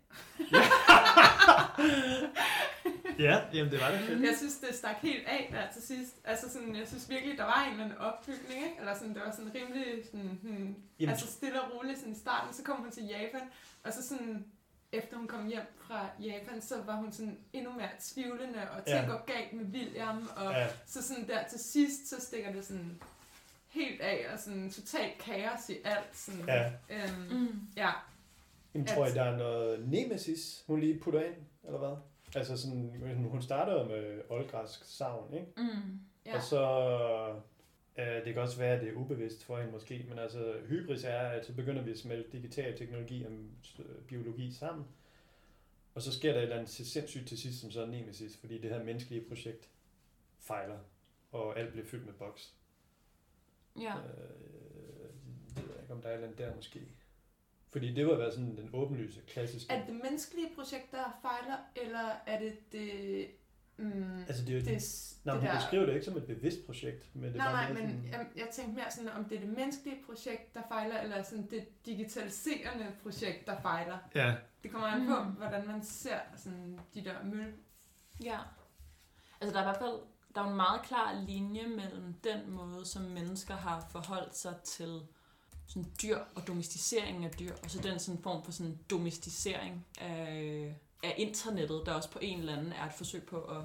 Ja, jamen det var det fedt. Jeg synes, det stak helt af der til sidst. Altså sådan, jeg synes virkelig, der var en eller anden opbygning, ikke? Eller sådan, det var sådan rimelig sådan, altså stille og roligt sådan i starten. Så kom hun til Japan, og så sådan, efter hun kom hjem fra Japan, så var hun sådan endnu mere tvivlende, og ting går galt med William, og så sådan der til sidst, så stikker det sådan helt af, og sådan totalt kaos i alt. Sådan, ja. Jamen, tror I, der er noget nemesis, hun lige putter ind, eller hvad? Altså sådan, hun starter med oldgræsk savn, ikke? Ja. Og så, det kan også være, at det er ubevidst for hende måske, men altså hybris er, at så begynder vi at smelte digital teknologi og biologi sammen, og så sker der et eller andet sindssygt til sidst, som så er nemesis, fordi det her menneskelige projekt fejler, og alt bliver fyldt med bugs. Ja. Det ved jeg ikke, om der er et eller andet der måske. Fordi det vil være sådan den åbenlyse, klassiske... Er det menneskelige projekt, der fejler, eller er det det... altså det er jo hun beskriver det ikke som et bevidst projekt. Men det nej, men sådan... jeg tænkte mere sådan, om det er det menneskelige projekt, der fejler, eller sådan det digitaliserende projekt, der fejler. Ja. Det kommer an på, hvordan man ser sådan de der møl. Ja. Altså der er i hvert fald der er en meget klar linje mellem den måde, som mennesker har forholdt sig til sådan dyr og domesticering af dyr, og så den sådan form for sådan domesticering af internettet, der også på en eller anden er et forsøg på at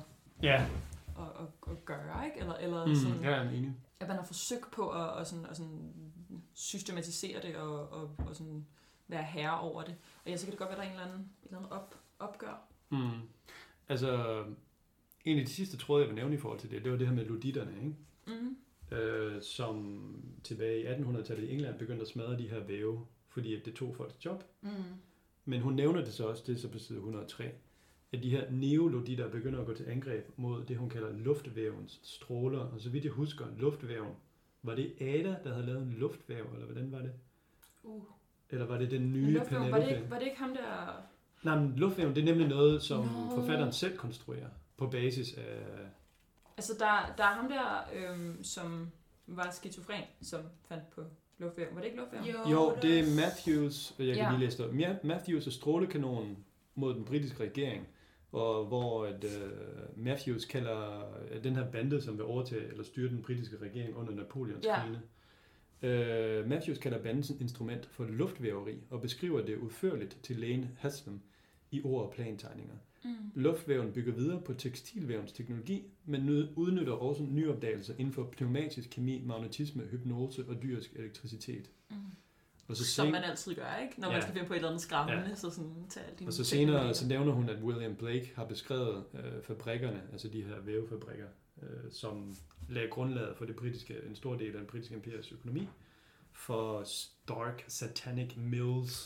gøre, ikke? Eller sådan, jeg er enig. at man har forsøgt på at sådan systematisere det og sådan være herre over det. Og ja, så kan det godt være, der er et eller andet opgør. Altså, en af de sidste tråde, jeg vil nævne i forhold til det var det her med luditterne, ikke? Som tilbage i 1800-tallet i England begyndte at smadre de her væve, fordi at det tog folks job. Men hun nævner det så også, det er så på side 103, at de her neoluditter begynder at gå til angreb mod det, hun kalder luftvævens stråler. Og så vidt jeg husker, luftvæven, var det Ada, der havde lavet en luftvæv, eller hvordan var det? Eller var det den nye Penelope? Var det ikke ham der... Nej, men luftvæven, det er nemlig noget, som forfatteren selv konstruerer på basis af... Altså, der er ham der, som var skizofren, som fandt på luftvæven. Var det ikke luftvæven? Jo, det er Matthews, jeg kan lige læse det. Matthews er strålekanonen mod den britiske regering, og hvor Matthews kalder den her bande, som vil overtage eller styre den britiske regering under Napoleons krigene. Matthews kalder bandens instrument for luftvæveri, og beskriver det udførligt til lægen Haslam i ord og plantegninger. Luftvæven bygger videre på tekstilvævens teknologi, men udnytter også nyopdagelser inden for pneumatisk kemi, magnetisme, hypnose og dyrisk elektricitet. Og så som man altid gør, ikke? Når man skal finde på et eller andet skræmmende, så sådan tage alle de. Og så senere så nævner hun, at William Blake har beskrevet fabrikkerne, altså de her vævefabrikker, som lagde grundlaget for en stor del af den britiske imperiets økonomi, for Stark Satanic Mills.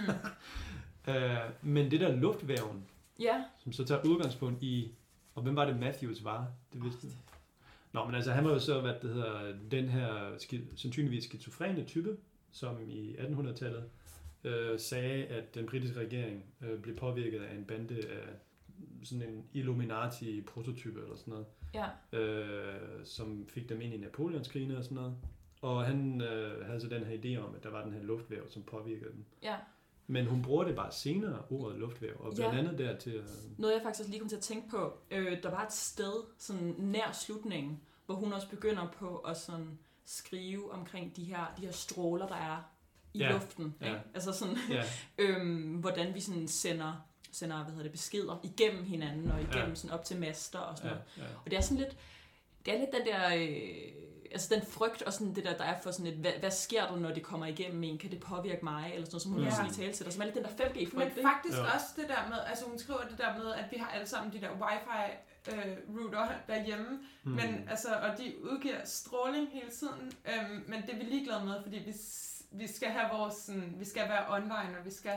Men det der luftværven, som så tager udgangspunkt i, og hvem var det Matthews var? Det vidste jeg. Nå, men altså han var jo så, den her sandsynligvis skizofrene type, som i 1800-tallet sagde, at den britiske regering blev påvirket af en bande af sådan en Illuminati-prototype eller sådan noget, som fik dem ind i Napoleonskrigene og sådan noget. Og han havde så den her idé om, at der var den her luftvæv, som påvirkede dem. Ja. Men hun bruger det bare senere, ordet luftvæv, og blandt andet der til... Noget jeg faktisk lige kom til at tænke på, der var et sted sådan nær slutningen, hvor hun også begynder på at sådan skrive omkring de her stråler, der er i luften. Ikke? Altså sådan, hvordan vi sådan sender beskeder igennem hinanden og igennem sådan op til master og sådan noget. Og det er sådan lidt, den der, altså den frygt og sådan det der er for sådan et, hvad sker der, når det kommer igennem en? Kan det påvirke mig? Eller sådan noget, som hun også lige talte til dig. Som er lidt den der 5G-frygt. Men faktisk også det der med, altså hun skriver det der med, at vi har alle sammen de der wifi router derhjemme, men altså, og de udgiver stråling hele tiden, men det er vi ligeglade med, fordi vi skal have vores sådan, vi skal være online, og vi skal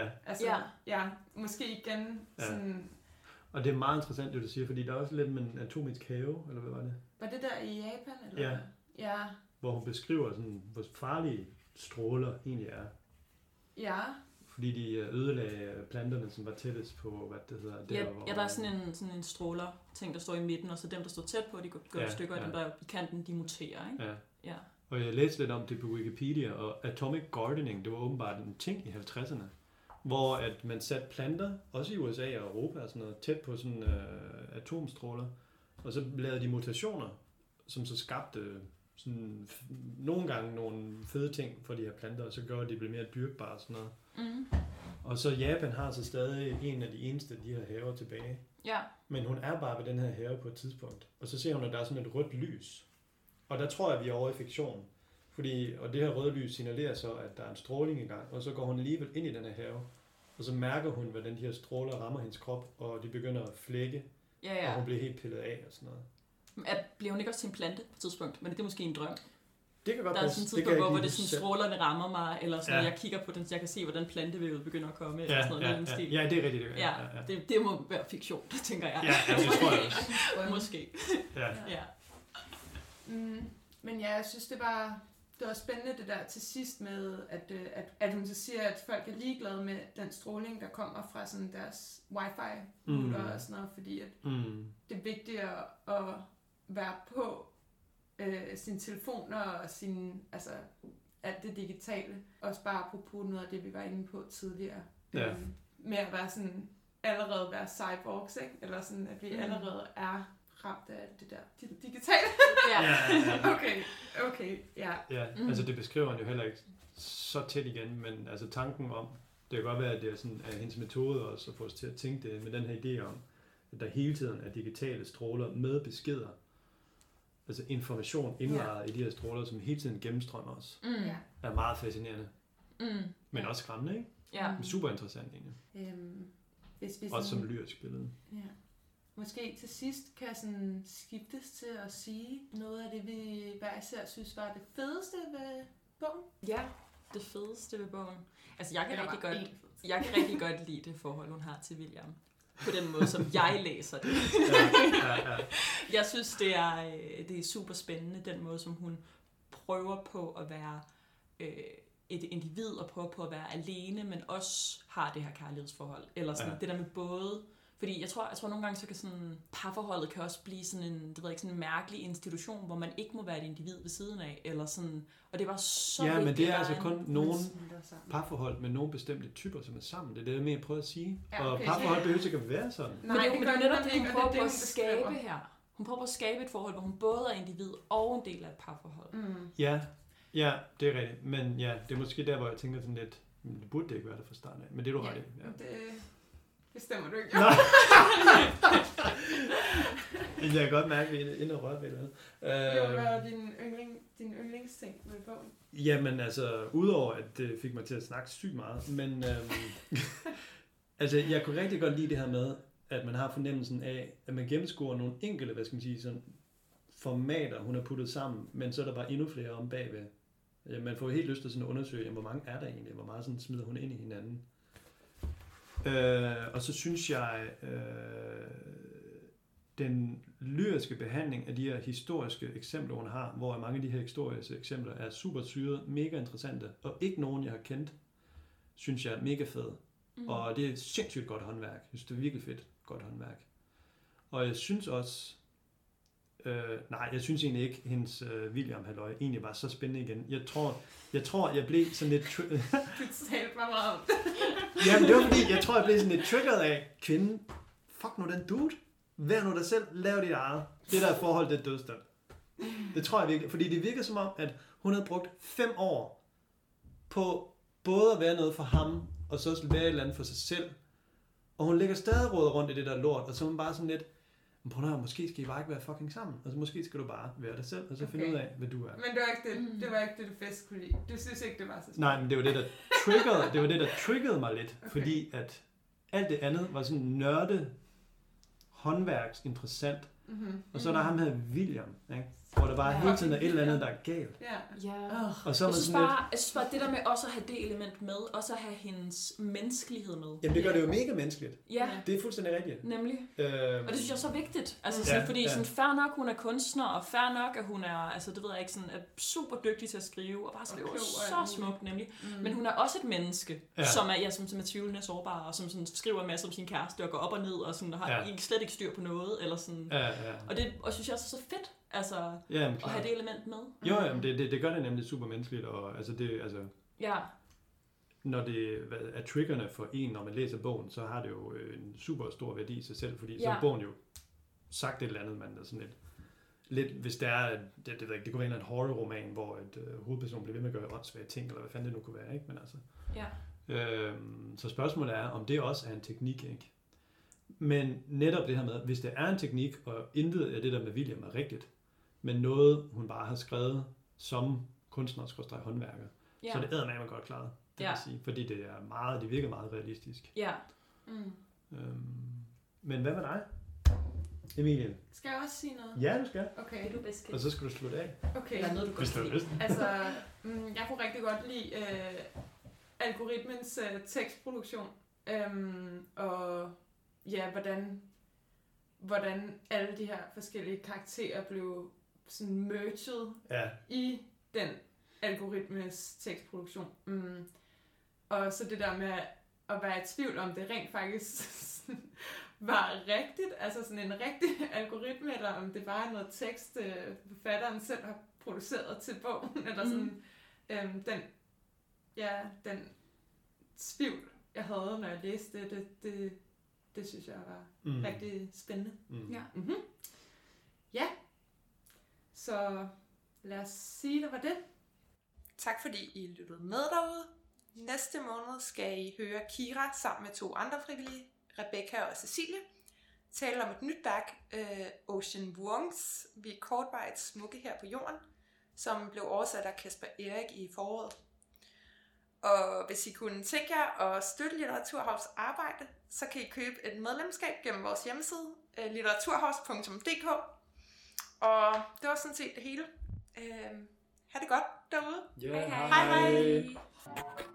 måske igen sådan. Og det er meget interessant, det du siger, fordi der er også lidt med en atomisk have, eller hvad var det? Var det der i Japan? Eller? Ja. Hvor hun beskriver sådan, hvor farlige stråler egentlig er. Ja. Fordi de ødelagde planterne, som var tættest på, hvad det hedder. Der er sådan en stråler ting, der står i midten, og så dem, der står tæt på, de går i stykker, og dem, der er i kanten, de muterer, ikke? Ja. Og jeg læste lidt om det på Wikipedia, og atomic gardening, det var åbenbart en ting i 50'erne, hvor at man satte planter, også i USA og Europa og sådan noget, tæt på sådan atomstråler, og så lavede de mutationer, som så skabte sådan nogle gange nogle fede ting for de her planter, og så gør de blev mere dyrkbare og sådan noget. Og så Japan har så stadig en af de eneste af de her haver tilbage. Ja. Men hun er bare ved den her have på et tidspunkt, og så ser hun, at der er sådan et rødt lys. Og der tror jeg, vi er over i fiktion. Og det her røde lys signalerer så, at der er en stråling i gang, og så går hun alligevel ind i den her have, og så mærker hun, hvordan de her stråler rammer hendes krop, og de begynder at flække, og hun bliver helt pillet af og sådan noget. Bliver hun ikke også til en plante på et tidspunkt? Men det er måske en drøm. Det kan godt der er sådan et tidspunkt, hvor det sådan, strålerne rammer mig, eller sådan, jeg kigger på den, så jeg kan se, hvordan plantevævet begynder at komme, eller sådan noget. Ja, det er rigtigt. Det må være fiktion, det tænker jeg. Ja, det tror jeg også. Måske. Ja. Men ja, jeg synes, det var spændende det der til sidst med, at hun så siger, at folk er ligeglade med den stråling, der kommer fra sådan deres wifi-router og sådan noget, fordi at det er vigtigere at være på sine telefoner og altså alt det digitale. Også bare apropos noget af det, vi var inde på tidligere. Med at være sådan, allerede være cyborgs, ikke? Eller sådan, at vi allerede er ramt af det der digitale. Okay, ja. Altså det beskriver han jo heller ikke så tæt igen, men altså tanken om, det kan godt være, at det er sådan at hendes metode også at få os til at tænke det, med den her idé om, at der hele tiden er digitale stråler med beskeder, altså information indlejret i de her stråler, som hele tiden gennemstrømmer os, er meget fascinerende. Men også skræmmende, ikke? Ja. Super interessant egentlig. Også som lyrisk billede. Ja. Måske til sidst kan sådan skiftes til at sige noget af det, vi hver især synes var det fedeste ved bogen. Ja, det fedeste ved bogen. Altså jeg kan rigtig godt lide det forhold, hun har til William. På den måde, som jeg læser det. Jeg synes, det er super spændende, den måde, som hun prøver på at være et individ, og prøver på at være alene, men også har det her kærlighedsforhold. Eller sådan det der med både. Fordi jeg tror nogle gange, så kan sådan parforholdet kan også blive sådan en, sådan en mærkelig institution, hvor man ikke må være et individ ved siden af, eller sådan. Og det var så vigtigt. Ja, men det er altså kun nogle parforhold med nogle bestemte typer, som er sammen. Det er det, jeg mener prøver at sige. Ja, okay. Og parforhold behøver ikke at være sådan. Nej, men det er netop det, hun prøver på at skabe her. Hun prøver på at skabe et forhold, hvor hun både er individ og en del af et parforhold. Ja, det er rigtigt. Men ja, det er måske der, hvor jeg tænker sådan lidt, det burde det ikke være der fra starten af. Men det er du ret i. Ja. Det stemmer du ikke. Jeg kan godt mærke, at vi er inde og røre ved det. Hvad er din yndlingsting med bogen? Jamen altså, udover at det fik mig til at snakke sygt meget, men altså, jeg kunne rigtig godt lide det her med, at man har fornemmelsen af, at man gennemskuer nogle enkelte, hvad skal man sige, sådan formater, hun har puttet sammen, men så er der bare endnu flere om bagved. Man får helt lyst til sådan at undersøge, hvor mange er der egentlig, hvor meget sådan smider hun ind i hinanden. Og så synes jeg, den lyriske behandling af de her historiske eksempler, hun har, hvor mange af de her historiske eksempler er super syrede, mega interessante, og ikke nogen, jeg har kendt, synes jeg er mega fed. Og det er et sindssygt godt håndværk. Jeg synes, det er virkelig fedt godt håndværk. Og jeg synes også, jeg synes egentlig ikke, hendes William halløj egentlig var så spændende igen. Jeg tror, jeg blev sådan lidt... Du talte mig meget om det. Jamen, det var fordi, jeg tror, jeg blev sådan lidt triggeret af kvinden. Fuck nu den dude. Vær nu dig selv. Lav dit eget. Det der forhold, det er dødsdømt. Det tror jeg virkelig. Fordi det virker som om, at hun havde brugt 5 år på både at være noget for ham, og så være et eller andet for sig selv. Og hun ligger stadig rådet rundt i det der lort, og så er hun bare sådan lidt, måske skal I bare ikke være fucking sammen, og så måske skal du bare være dig selv, og så finde ud af, hvad du er. Men det var ikke det, du bedst kunne lide. Du synes ikke, det var så spændende. Nej, men det var det, der triggede mig lidt, fordi at alt det andet var sådan nørde, håndværks interessant. Og så er der ham her William, ikke? Hvor der bare hele tiden er et eller andet, der er galt. Og så jeg synes bare, det der med også at have det element med, også at have hendes menneskelighed med. Jamen det gør det jo mega menneskeligt. Ja. Det er fuldstændig rigtigt. Nemlig. Og det synes jeg er så vigtigt. Altså, sådan, fordi sådan, fair nok, hun er kunstner, og fair nok, at hun er, altså det ved jeg ikke, sådan, er super dygtig til at skrive, og bare skriver så smukt nemlig. Men hun er også et menneske, som er tvivlende og sårbar, og som sådan, skriver en masse om sin kæreste, og går op og ned, og sådan, har slet ikke styr på noget. Eller sådan. Og synes jeg også er så fedt. Altså, at have det element med. Jo, jamen, det gør det nemlig super menneskeligt, og når det er triggerne for en, når man læser bogen, så har det jo en super stor værdi i sig selv, fordi så er bogen jo sagt et eller andet, man er sådan lidt hvis det er, det kunne være en horror-roman, hvor hovedpersonen bliver ved med at gøre åndssvage ting, eller hvad fanden det nu kunne være, ikke? Men altså, så spørgsmålet er, om det også er en teknik, ikke? Men netop det her med, hvis det er en teknik, og intet af det der med William er rigtigt, men noget, hun bare har skrevet som kunstner-håndværker, så er det eddermame godt klaret, det vil sige, fordi det virker meget realistisk. Ja. Men hvad med dig, Emilie? Skal jeg også sige noget? Ja, du skal. Okay. Du bedst. Og så skal du slutte af. Okay. Eller noget, du kan lide. Altså, jeg kunne rigtig godt lide algoritmens tekstproduktion, og hvordan alle de her forskellige karakterer blev sådan merged i den algoritmes tekstproduktion. Og så det der med at være i tvivl om det rent faktisk var rigtigt, altså sådan en rigtig algoritme, eller om det bare er noget tekst, forfatteren selv har produceret til bogen, eller sådan den tvivl, jeg havde, når jeg læste det synes jeg var rigtig spændende. Ja, så lad os sige, det var det. Tak fordi I lyttede med derude. Næste måned skal I høre Kira sammen med 2 andre frivillige, Rebecca og Cecilie, tale om et nyt værk, Ocean Vuongs, Vi er kortvarigt smukke her på jorden, som blev oversat af Kasper Erik i foråret. Og hvis I kunne tænke jer at støtte Litteraturhavs arbejde, så kan I købe et medlemskab gennem vores hjemmeside, litteraturhavs.dk. Og det var sådan set det hele. Ha' det godt derude. Yeah, hej.